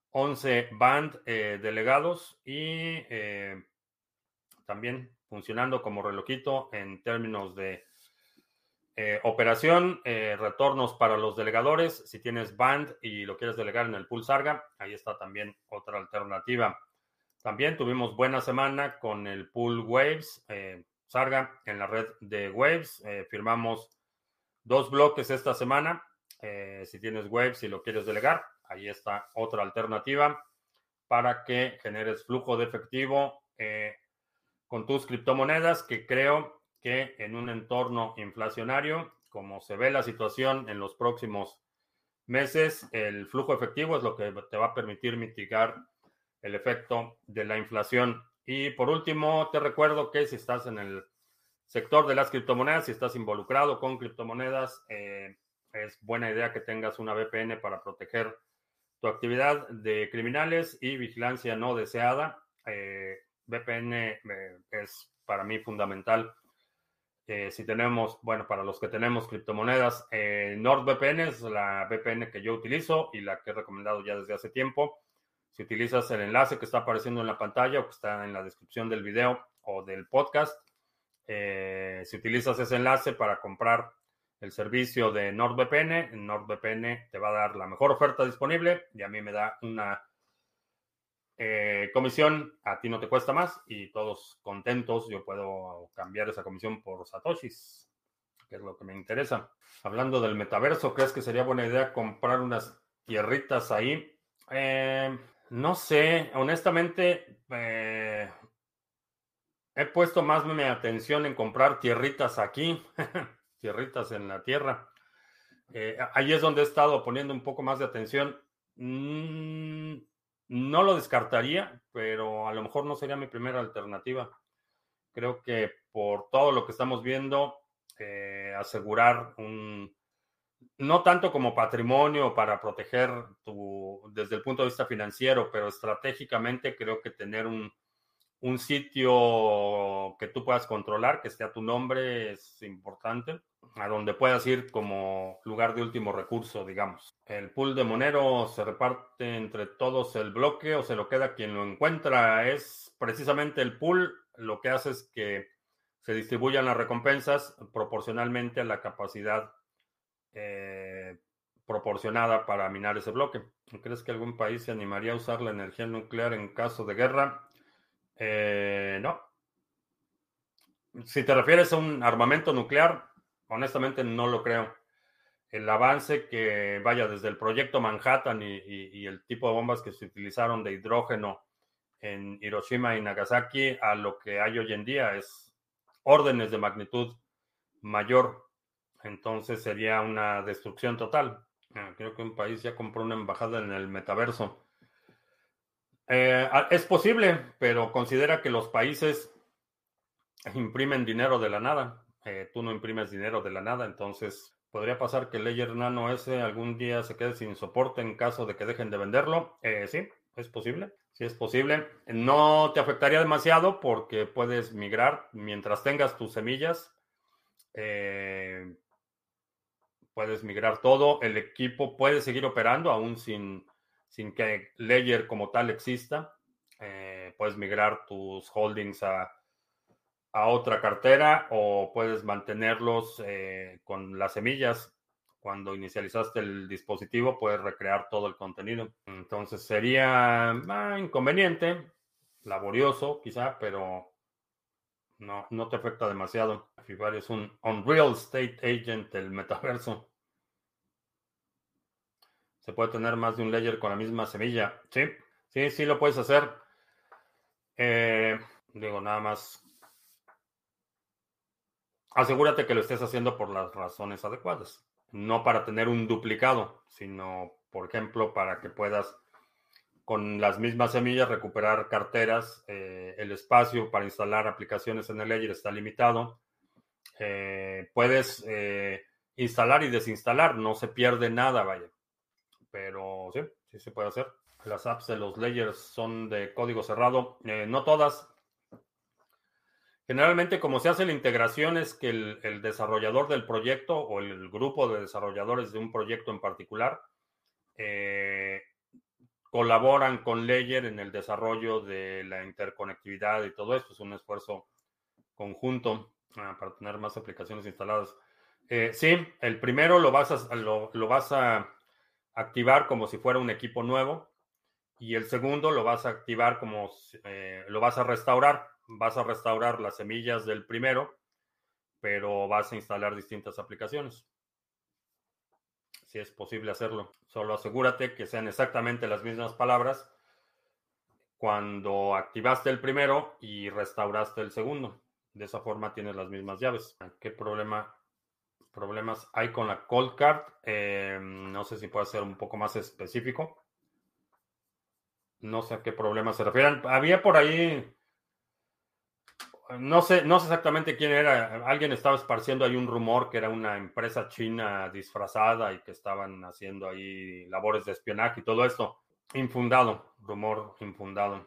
once band eh, delegados y eh, también funcionando como relojito en términos de eh, operación, eh, retornos para los delegadores. Si tienes band y lo quieres delegar en el pool Sarga, ahí está también otra alternativa. También tuvimos buena semana con el pool Waves, eh, Sarga en la red de Waves. Eh, firmamos dos bloques esta semana. Eh, si tienes Waves y lo quieres delegar, ahí está otra alternativa para que generes flujo de efectivo eh, con tus criptomonedas, que creo que en un entorno inflacionario, como se ve la situación en los próximos meses, el flujo efectivo es lo que te va a permitir mitigar el efecto de la inflación. Y por último, te recuerdo que si estás en el sector de las criptomonedas, si estás involucrado con criptomonedas, eh, es buena idea que tengas una V P N para proteger tu actividad de criminales y vigilancia no deseada. Eh, V P N eh, es para mí fundamental. Eh, si tenemos, bueno, para los que tenemos criptomonedas, eh, NordVPN es la V P N que yo utilizo y la que he recomendado ya desde hace tiempo. Si utilizas el enlace que está apareciendo en la pantalla o que está en la descripción del video o del podcast, eh, si utilizas ese enlace para comprar el servicio de NordVPN, NordVPN te va a dar la mejor oferta disponible y a mí me da una eh, comisión, a ti no te cuesta más y todos contentos. Yo puedo cambiar esa comisión por satoshis, que es lo que me interesa. Hablando del metaverso, ¿crees que sería buena idea comprar unas tierritas ahí? Eh, no sé, honestamente, eh, he puesto más mi atención en comprar tierritas aquí, tierritas en la tierra. Eh, ahí es donde he estado poniendo un poco más de atención. Mm, no lo descartaría, pero a lo mejor no sería mi primera alternativa. Creo que por todo lo que estamos viendo, eh, asegurar un, no tanto como patrimonio para proteger tu, desde el punto de vista financiero, pero estratégicamente creo que tener un, un sitio que tú puedas controlar, que esté a tu nombre, es importante, a donde puedas ir como lugar de último recurso, digamos. El pool de Monero se reparte entre todos el bloque o se lo queda quien lo encuentra. Es precisamente el pool, lo que hace es que se distribuyan las recompensas proporcionalmente a la capacidad eh, proporcionada para minar ese bloque. ¿Crees que algún país se animaría a usar la energía nuclear en caso de guerra? Eh, no. Si te refieres a un armamento nuclear, honestamente no lo creo. El avance que vaya desde el proyecto Manhattan y, y, y el tipo de bombas que se utilizaron de hidrógeno en Hiroshima y Nagasaki a lo que hay hoy en día es órdenes de magnitud mayor. Entonces sería una destrucción total. Ah, creo que un país ya compró una embajada en el metaverso. Eh, es posible, pero considera que los países imprimen dinero de la nada. Eh, tú no imprimes dinero de la nada, entonces podría pasar que el Ledger Nano S algún día se quede sin soporte en caso de que dejen de venderlo. Eh, sí, es posible. Sí, es posible. No te afectaría demasiado porque puedes migrar mientras tengas tus semillas. Eh, puedes migrar todo. El equipo puede seguir operando aún sin, sin que Ledger como tal exista. Eh, puedes migrar tus holdings a a otra cartera o puedes mantenerlos eh, con las semillas. Cuando inicializaste el dispositivo, puedes recrear todo el contenido. Entonces sería ah, inconveniente, laborioso quizá, pero no, no te afecta demasiado. Fibari es un Unreal Estate Agent del metaverso. Se puede tener más de un layer con la misma semilla. Sí, sí, sí lo puedes hacer. Eh, digo, nada más asegúrate que lo estés haciendo por las razones adecuadas. No para tener un duplicado, sino, por ejemplo, para que puedas con las mismas semillas recuperar carteras. Eh, el espacio para instalar aplicaciones en el Ledger está limitado. Eh, puedes eh, instalar y desinstalar, no se pierde nada, vaya. Pero sí, sí se puede hacer. Las apps de los Ledgers son de código cerrado. Eh, no todas. Generalmente, como se hace la integración, es que el, el desarrollador del proyecto o el grupo de desarrolladores de un proyecto en particular eh, colaboran con Ledger en el desarrollo de la interconectividad y todo esto. Es un esfuerzo conjunto uh, para tener más aplicaciones instaladas. Eh, sí, el primero lo vas, a, lo, lo vas a activar como si fuera un equipo nuevo y el segundo lo vas a activar como eh, lo vas a restaurar. Vas a restaurar las semillas del primero, pero vas a instalar distintas aplicaciones. Si es posible hacerlo. Solo asegúrate que sean exactamente las mismas palabras cuando activaste el primero y restauraste el segundo. De esa forma tienes las mismas llaves. ¿Qué problema, problemas hay con la Cold Card? Eh, no sé si puede ser un poco más específico. No sé a qué problemas se refieren. Había por ahí, no sé, no sé exactamente quién era. Alguien estaba esparciendo ahí un rumor que era una empresa china disfrazada y que estaban haciendo ahí labores de espionaje y todo esto. Infundado, rumor infundado.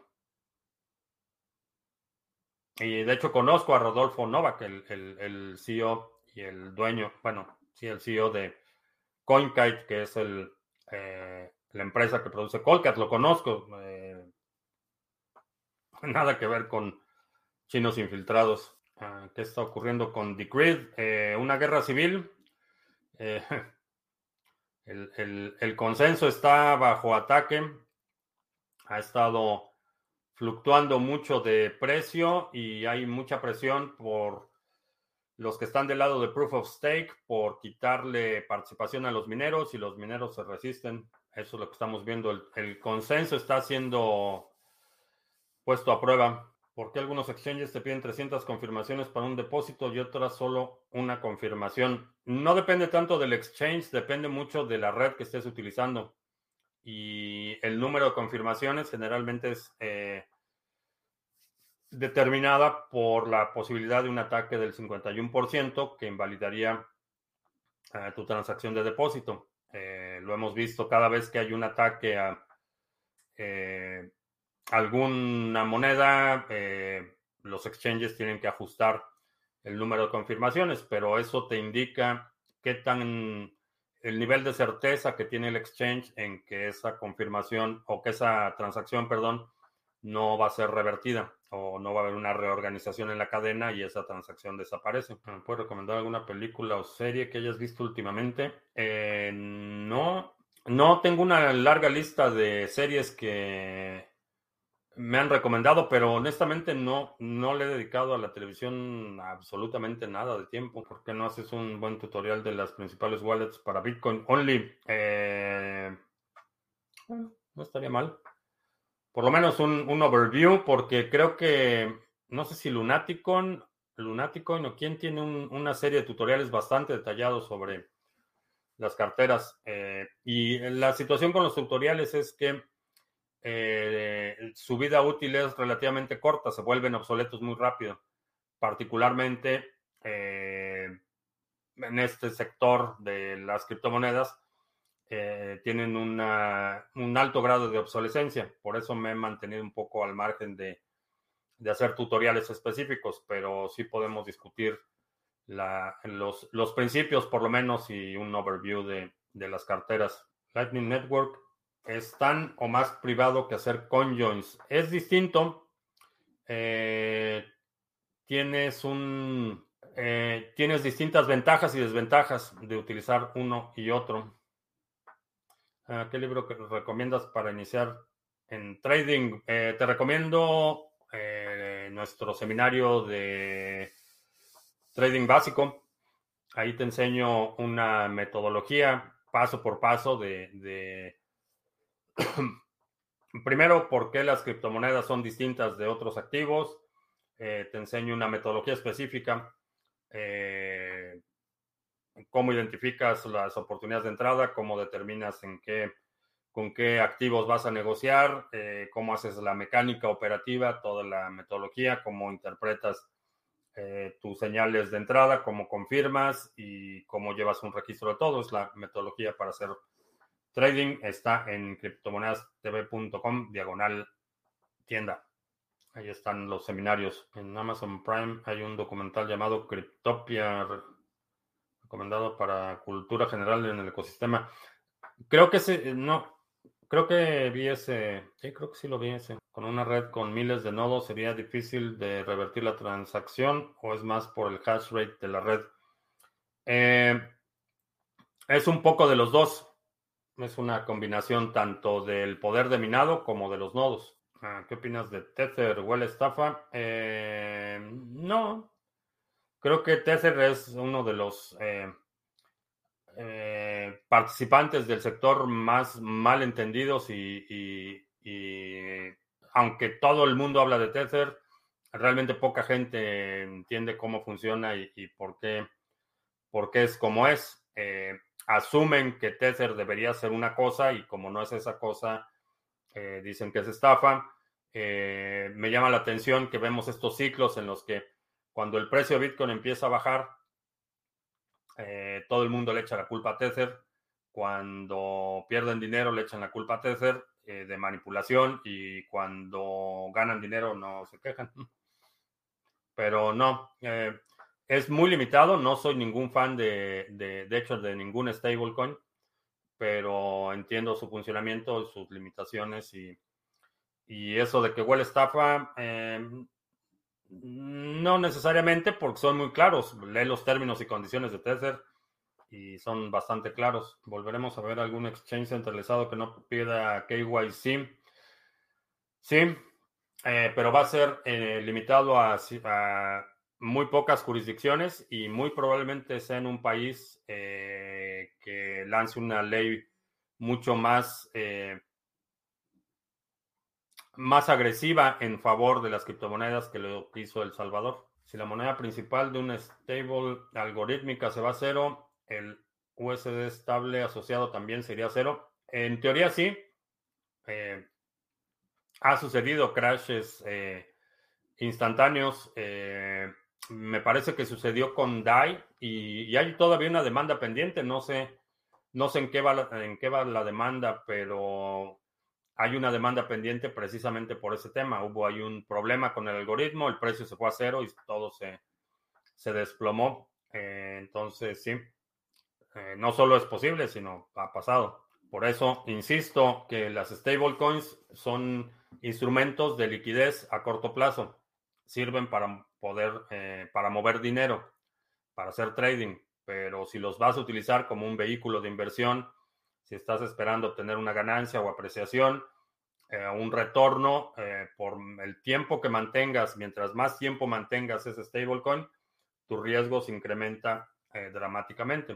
Y de hecho conozco a Rodolfo Novak, el, el, el C E O y el dueño, bueno, sí, el C E O de CoinKite, que es el, eh, la empresa que produce Coldcat, lo conozco. Eh, nada que ver con chinos infiltrados. Uh, ¿Qué está ocurriendo con The Grid? Eh, una guerra civil. Eh, el, el, el consenso está bajo ataque. Ha estado fluctuando mucho de precio y hay mucha presión por los que están del lado de Proof of Stake por quitarle participación a los mineros y los mineros se resisten. Eso es lo que estamos viendo. El, el consenso está siendo puesto a prueba. ¿Por qué algunos exchanges te piden trescientas confirmaciones para un depósito y otras solo una confirmación? No depende tanto del exchange, depende mucho de la red que estés utilizando. Y el número de confirmaciones generalmente es eh, determinada por la posibilidad de un ataque del cincuenta y uno por ciento que invalidaría eh, tu transacción de depósito. Eh, lo hemos visto cada vez que hay un ataque a eh, alguna moneda, eh, los exchanges tienen que ajustar el número de confirmaciones, pero eso te indica qué tan el nivel de certeza que tiene el exchange en que esa confirmación o que esa transacción, perdón, no va a ser revertida o no va a haber una reorganización en la cadena y esa transacción desaparece. ¿Me puedes recomendar alguna película o serie que hayas visto últimamente? Eh, no, no tengo una larga lista de series que me han recomendado, pero honestamente no, no le he dedicado a la televisión absolutamente nada de tiempo. ¿Por qué no haces un buen tutorial de las principales wallets para Bitcoin Only? Eh, bueno, no estaría mal. Por lo menos un, un overview, porque creo que, no sé si Lunaticon, Lunaticon o quién tiene un- una serie de tutoriales bastante detallados sobre las carteras. Eh, y la situación con los tutoriales es que eh, su vida útil es relativamente corta, se vuelven obsoletos muy rápido, particularmente eh, en este sector de las criptomonedas. Eh, tienen una, un alto grado de obsolescencia, por eso me he mantenido un poco al margen de, de hacer tutoriales específicos, pero sí podemos discutir la, los, los principios por lo menos y un overview de, de las carteras. Lightning Network es tan o más privado que hacer conjoins. Es distinto. Eh, tienes un eh, tienes distintas ventajas y desventajas de utilizar uno y otro. Ah, ¿qué libro que recomiendas para iniciar en trading? Eh, te recomiendo eh, nuestro seminario de trading básico. Ahí te enseño una metodología paso por paso de, de primero, por qué las criptomonedas son distintas de otros activos. Eh, te enseño una metodología específica. Eh, cómo identificas las oportunidades de entrada, cómo determinas en qué, con qué activos vas a negociar, eh, cómo haces la mecánica operativa, toda la metodología, cómo interpretas eh, tus señales de entrada, cómo confirmas y cómo llevas un registro de todo. Es la metodología para hacer trading. Está en criptomonedastv punto com, diagonal tienda. Ahí están los seminarios. En Amazon Prime hay un documental llamado Cryptopia, recomendado para cultura general en el ecosistema. Creo que ese, no, creo que vi ese, sí, creo que sí lo vi ese. Con una red con miles de nodos sería difícil de revertir la transacción o es más por el hash rate de la red. Eh, es un poco de los dos. Es una combinación tanto del poder de minado como de los nodos. Ah, ¿qué opinas de Tether? ¿Huele a estafa? Eh, no. Creo que Tether es uno de los eh, eh, participantes del sector más mal entendidos y, y- y aunque todo el mundo habla de Tether, realmente poca gente entiende cómo funciona y, y por qué, por qué es como es. Eh, asumen que Tether debería ser una cosa y como no es esa cosa, eh, dicen que es estafa. Eh, me llama la atención que vemos estos ciclos en los que cuando el precio de Bitcoin empieza a bajar, eh, todo el mundo le echa la culpa a Tether. Cuando pierden dinero le echan la culpa a Tether eh, de manipulación y cuando ganan dinero no se quejan. Pero no, eh, es muy limitado. No soy ningún fan de, de, de hecho, de ningún stablecoin, pero entiendo su funcionamiento, sus limitaciones y, y eso de que huele estafa, eh, no necesariamente porque son muy claros. Lee los términos y condiciones de Tether y son bastante claros. Volveremos a ver algún exchange centralizado que no pida K Y C. Sí, eh, pero va a ser eh, limitado a, ci- a muy pocas jurisdicciones y muy probablemente sea en un país eh, que lance una ley mucho más, eh, más agresiva en favor de las criptomonedas que lo que hizo El Salvador. Si la moneda principal de una stable algorítmica se va a cero, el U S D estable asociado también sería cero. En teoría sí. Eh, ha sucedido crashes eh, instantáneos. Eh, me parece que sucedió con D A I y, y hay todavía una demanda pendiente. No sé, no sé en qué va la, en qué va la demanda, pero hay una demanda pendiente precisamente por ese tema. Hubo ahí un problema con el algoritmo, el precio se fue a cero y todo se, se desplomó. Eh, entonces, sí, eh, no solo es posible, sino ha pasado. Por eso insisto que las stablecoins son instrumentos de liquidez a corto plazo. Sirven para poder, eh, para mover dinero, para hacer trading. Pero si los vas a utilizar como un vehículo de inversión, si estás esperando obtener una ganancia o apreciación, eh, un retorno eh, por el tiempo que mantengas, mientras más tiempo mantengas ese stablecoin, tu riesgo se incrementa eh, dramáticamente.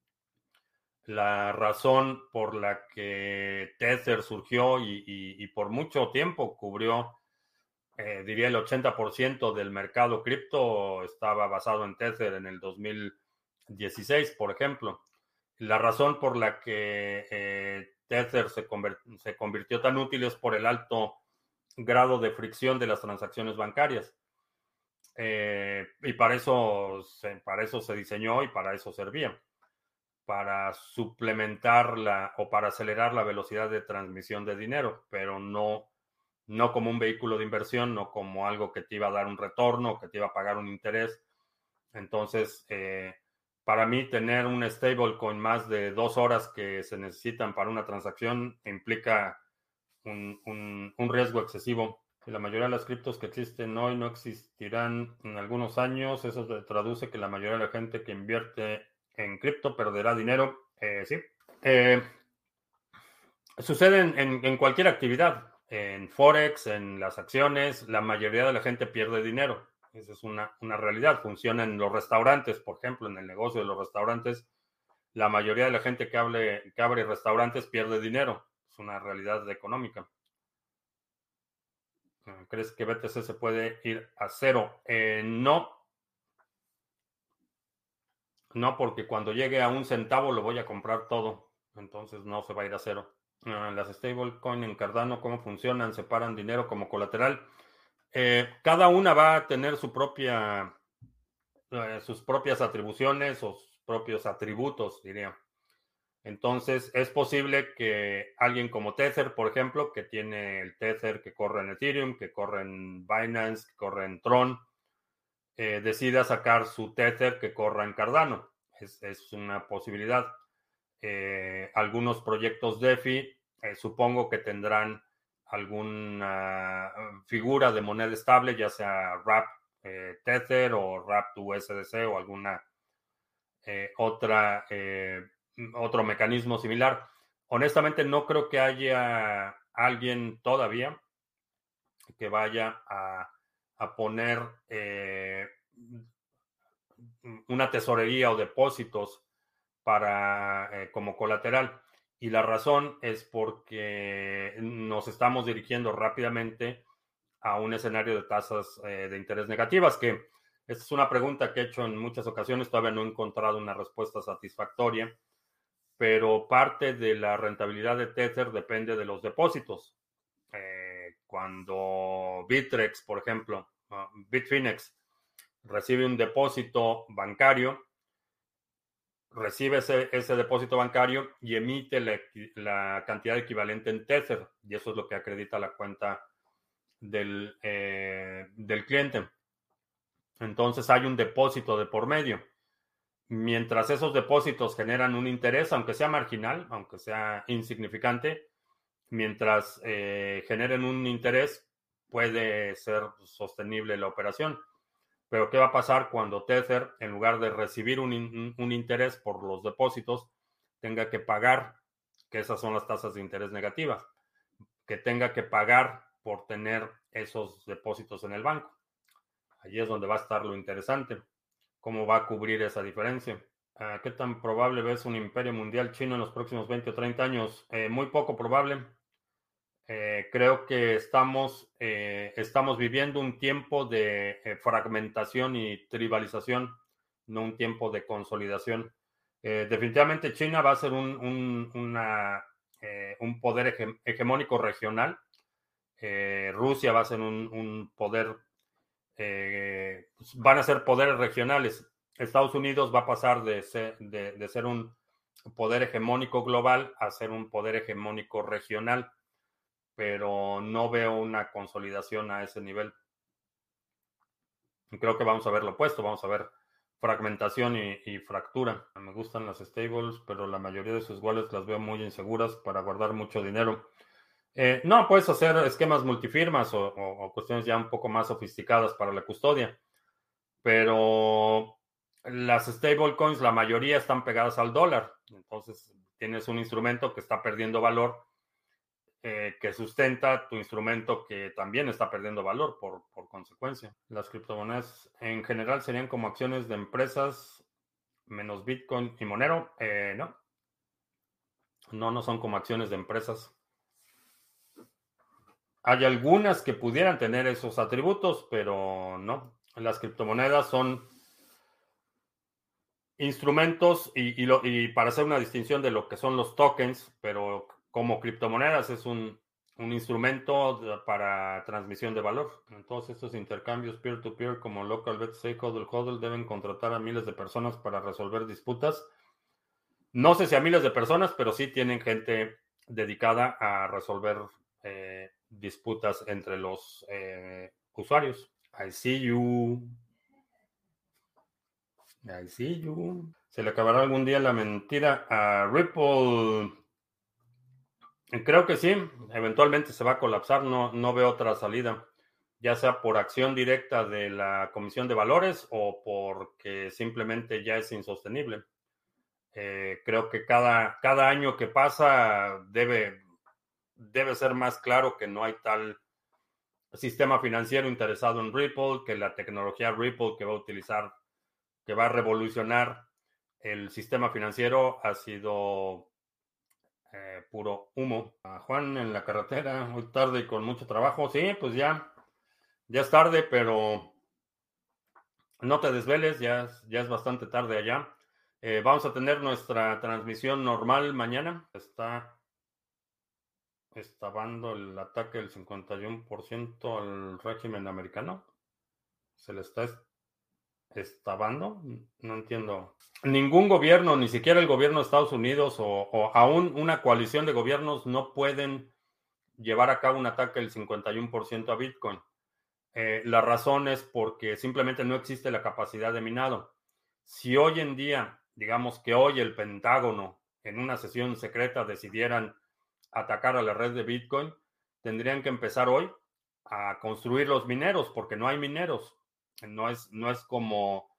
La razón por la que Tether surgió y, y- y por mucho tiempo cubrió, eh, diría el ochenta por ciento del mercado cripto estaba basado en Tether en el dos mil dieciséis, por ejemplo. La razón por la que eh, Tether se, conver- se convirtió tan útil es por el alto grado de fricción de las transacciones bancarias. Eh, y para eso, se, para eso se diseñó y para eso servía, para suplementar la o para acelerar la velocidad de transmisión de dinero, pero no, no como un vehículo de inversión, no como algo que te iba a dar un retorno, que te iba a pagar un interés. Entonces, eh, para mí, tener un stablecoin más de dos horas que se necesitan para una transacción implica un, un, un riesgo excesivo. Si la mayoría de las criptos que existen hoy no existirán en algunos años, eso se traduce que la mayoría de la gente que invierte en cripto perderá dinero. Eh, sí. Eh, sucede en, en- en cualquier actividad. En Forex, en las acciones, la mayoría de la gente pierde dinero. Esa es una, una realidad. Funciona en los restaurantes, por ejemplo, en el negocio de los restaurantes. La mayoría de la gente que, hable, que abre restaurantes pierde dinero. Es una realidad económica. ¿Crees que B T C se puede ir a cero? Eh, no, no, porque cuando llegue a un centavo lo voy a comprar todo. Entonces no se va a ir a cero. Ah, las stablecoin en Cardano, ¿cómo funcionan? ¿Separan dinero como colateral? Eh, cada una va a tener su propia, eh, sus propias atribuciones o sus propios atributos, diría. Entonces, es posible que alguien como Tether, por ejemplo, que tiene el Tether que corre en Ethereum, que corre en Binance, que corre en Tron, eh, decida sacar su Tether que corra en Cardano. Es, es una posibilidad. Eh, algunos proyectos DeFi Eh, supongo que tendrán alguna figura de moneda estable, ya sea Wrapped eh, Tether o Wrapped U S D C o alguna eh, otra, eh, otro mecanismo similar. Honestamente, no creo que haya alguien todavía que vaya a, a poner eh, una tesorería o depósitos para eh, como colateral. Y la razón es porque nos estamos dirigiendo rápidamente a un escenario de tasas eh, de interés negativas, que esta es una pregunta que he hecho en muchas ocasiones, todavía no he encontrado una respuesta satisfactoria, pero parte de la rentabilidad de Tether depende de los depósitos. Eh, cuando Bittrex, por ejemplo, uh, Bitfinex, recibe un depósito bancario, recibe ese, ese depósito bancario y emite la, la, cantidad equivalente en Tether, y eso es lo que acredita la cuenta del, eh, del cliente. Entonces hay un depósito de por medio. Mientras esos depósitos generan un interés, aunque sea marginal, aunque sea insignificante, mientras eh, generen un interés, puede ser sostenible la operación. Pero ¿qué va a pasar cuando Tether, en lugar de recibir un, un, un interés por los depósitos, tenga que pagar, que esas son las tasas de interés negativas, que tenga que pagar por tener esos depósitos en el banco? Allí es donde va a estar lo interesante. ¿Cómo va a cubrir esa diferencia? Uh, ¿Qué tan probable ves un imperio mundial chino en los próximos veinte o treinta años? Eh, muy poco probable. Eh, creo que estamos, eh, estamos viviendo un tiempo de eh, fragmentación y tribalización, no un tiempo de consolidación. Eh, definitivamente China va a ser un, un, una, eh, un poder hege hegemónico regional. Eh, Rusia va a ser un, un poder, eh, van a ser poderes regionales. Estados Unidos va a pasar de ser, de, de ser un poder hegemónico global a ser un poder hegemónico regional, pero no veo una consolidación a ese nivel. Creo que vamos a ver lo opuesto, vamos a ver fragmentación y, y fractura. Me gustan las stables, pero la mayoría de sus wallets las veo muy inseguras para guardar mucho dinero. Eh, no, puedes hacer esquemas multifirmas o, o, o cuestiones ya un poco más sofisticadas para la custodia, pero las stablecoins, la mayoría están pegadas al dólar. Entonces, tienes un instrumento que está perdiendo valor, eh, que sustenta tu instrumento que también está perdiendo valor por, por consecuencia. Las criptomonedas en general serían como acciones de empresas menos Bitcoin y Monero. Eh, no, no, no son como acciones de empresas. Hay algunas que pudieran tener esos atributos, pero no. Las criptomonedas son instrumentos y, y, lo, y para hacer una distinción de lo que son los tokens, pero como criptomonedas es un, un instrumento de, para transmisión de valor. Entonces estos intercambios peer-to-peer como local B T C, hodl hodl deben contratar a miles de personas para resolver disputas. No sé si a miles de personas, pero sí tienen gente dedicada a resolver eh, disputas entre los eh, usuarios. I see you. I see you. ¿Se le acabará algún día la mentira a Ripple? Creo que sí. Eventualmente se va a colapsar. No, no veo otra salida. Ya sea por acción directa de la Comisión de Valores o porque simplemente ya es insostenible. Eh, creo que cada, cada año que pasa debe, debe ser más claro que no hay tal sistema financiero interesado en Ripple, que la tecnología Ripple que va a utilizar, que va a revolucionar el sistema financiero ha sido eh, puro humo. A Juan en la carretera, muy tarde y con mucho trabajo. Sí, pues ya, ya es tarde, pero no te desveles, ya, es- ya es bastante tarde allá. Eh, vamos a tener nuestra transmisión normal mañana. Está estabando el ataque del cincuenta y uno por ciento al régimen americano. Se le está estabando. No entiendo. Ningún gobierno, ni siquiera el gobierno de Estados Unidos o, o aún una coalición de gobiernos no pueden llevar a cabo un ataque del cincuenta y uno por ciento a Bitcoin. Eh, la razón es porque simplemente no existe la capacidad de minado. Si hoy en día, digamos que hoy el Pentágono en una sesión secreta decidieran atacar a la red de Bitcoin, tendrían que empezar hoy a construir los mineros, porque no hay mineros. No es, no es como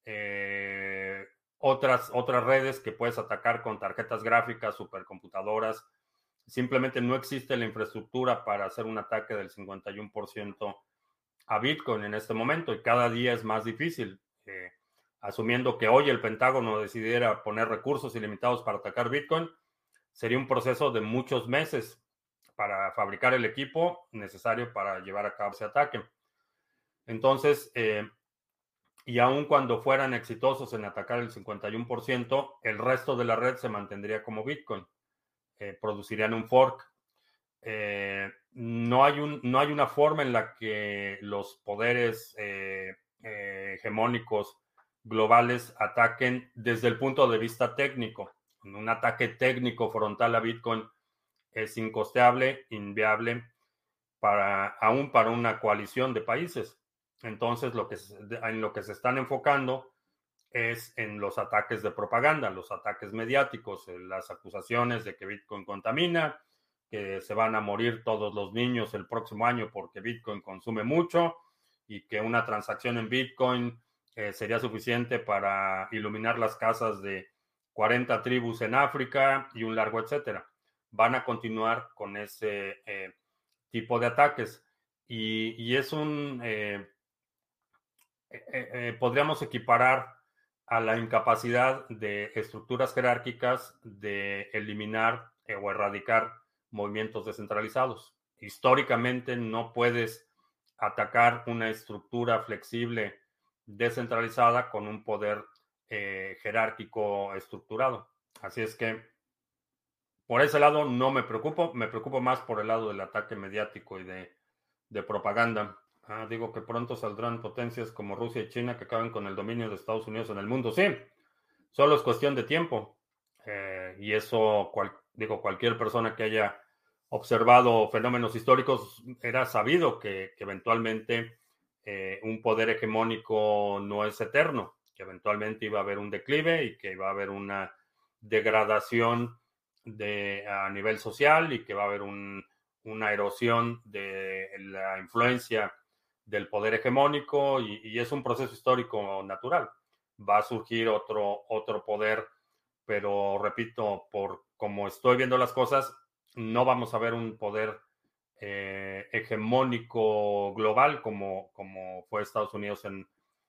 eh, otras, otras redes que puedes atacar con tarjetas gráficas, supercomputadoras. Simplemente no existe la infraestructura para hacer un ataque del cincuenta y uno por ciento a Bitcoin en este momento y cada día es más difícil. Eh, asumiendo que hoy el Pentágono decidiera poner recursos ilimitados para atacar Bitcoin, sería un proceso de muchos meses para fabricar el equipo necesario para llevar a cabo ese ataque. Entonces, eh, y aun cuando fueran exitosos en atacar el cincuenta y uno por ciento, el resto de la red se mantendría como Bitcoin. Eh, producirían un fork. Eh, no, hay un, no hay una forma en la que los poderes eh, eh, hegemónicos globales ataquen desde el punto de vista técnico. Un ataque técnico frontal a Bitcoin es incosteable, inviable, para, aún para una coalición de países. Entonces, lo que, en lo que se están enfocando es en los ataques de propaganda, los ataques mediáticos, las acusaciones de que Bitcoin contamina, que se van a morir todos los niños el próximo año porque Bitcoin consume mucho y que una transacción en Bitcoin eh, sería suficiente para iluminar las casas de cuarenta tribus en África y un largo etcétera. Van a continuar con ese eh, tipo de ataques y, y es un... Eh, eh, eh, podríamos equiparar a la incapacidad de estructuras jerárquicas de eliminar eh, o erradicar movimientos descentralizados. Históricamente no puedes atacar una estructura flexible descentralizada con un poder eh, jerárquico estructurado. Así es que por ese lado no me preocupo, me preocupo más por el lado del ataque mediático y de, de propaganda. Ah, digo que pronto saldrán potencias como Rusia y China que acaben con el dominio de Estados Unidos en el mundo. Sí, solo es cuestión de tiempo. Eh, y eso, cual, digo, cualquier persona que haya observado fenómenos históricos era sabido que, que eventualmente eh, un poder hegemónico no es eterno, que eventualmente iba a haber un declive y que iba a haber una degradación de, a nivel social y que va a haber un, una erosión de la influencia del poder hegemónico y, y es un proceso histórico natural. Va a surgir otro, otro poder, pero repito, por como estoy viendo las cosas, no vamos a ver un poder eh, hegemónico global como, como fue Estados Unidos en,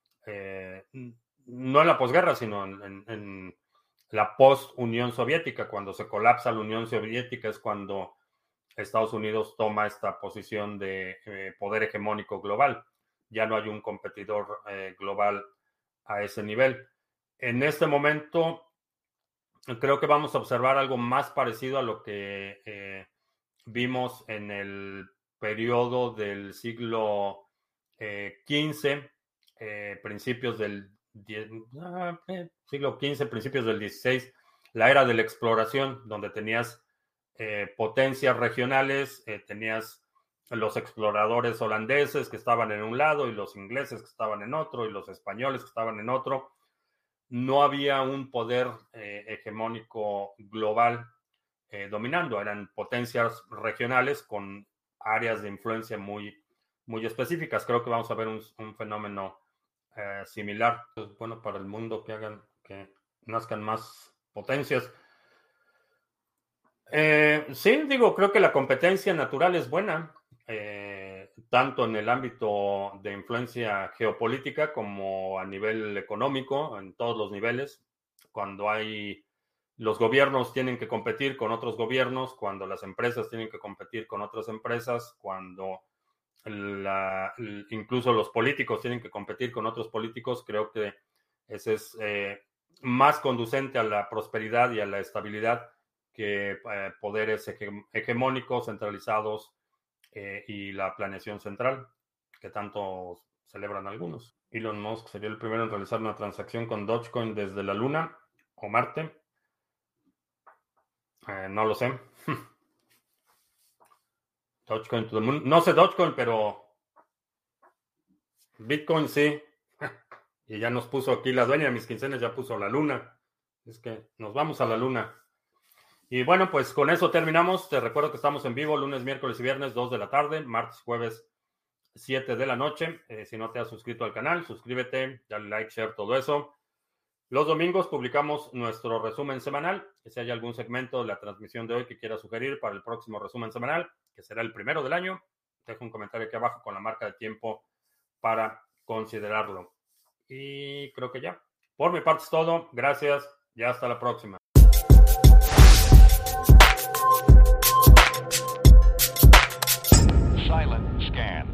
eh, no en la posguerra, sino en, en, en la post-Unión Soviética. Cuando se colapsa la Unión Soviética es cuando Estados Unidos toma esta posición de eh, poder hegemónico global. Ya no hay un competidor eh, global a ese nivel. En este momento, creo que vamos a observar algo más parecido a lo que eh, vimos en el periodo del siglo eh, quince, eh, principios del diez, ah, eh, siglo quince, principios del dieciséis, la era de la exploración, donde tenías eh, potencias regionales, eh, tenías los exploradores holandeses que estaban en un lado y los ingleses que estaban en otro y los españoles que estaban en otro. No había un poder eh, hegemónico global eh, dominando, eran potencias regionales con áreas de influencia muy, muy específicas. Creo que vamos a ver un, un fenómeno eh, similar. Es bueno para el mundo que hagan, que nazcan más potencias. Eh, sí, digo, creo que la competencia natural es buena, eh, tanto en el ámbito de influencia geopolítica como a nivel económico, en todos los niveles. Cuando hay, los gobiernos tienen que competir con otros gobiernos, cuando las empresas tienen que competir con otras empresas, cuando la, incluso los políticos tienen que competir con otros políticos, creo que ese es eh, más conducente a la prosperidad y a la estabilidad que eh, poderes hege hegemónicos, centralizados eh, y la planeación central, que tanto celebran algunos. Elon Musk sería el primero en realizar una transacción con Dogecoin desde la Luna o Marte. Eh, no lo sé. Dogecoin to the moon. No sé Dogecoin, pero Bitcoin sí. Y ya nos puso aquí la dueña de mis quincenas, ya puso la Luna. Es que nos vamos a la Luna. Y bueno, pues con eso terminamos. Te recuerdo que estamos en vivo lunes, miércoles y viernes, dos de la tarde, martes, jueves, siete de la noche. Eh, si no te has suscrito al canal, suscríbete, dale like, share, todo eso. Los domingos publicamos nuestro resumen semanal. Si hay algún segmento de la transmisión de hoy que quieras sugerir para el próximo resumen semanal, que será el primero del año, deja un comentario aquí abajo con la marca de tiempo para considerarlo. Y creo que ya. Por mi parte es todo. Gracias y hasta la próxima. Silent scan.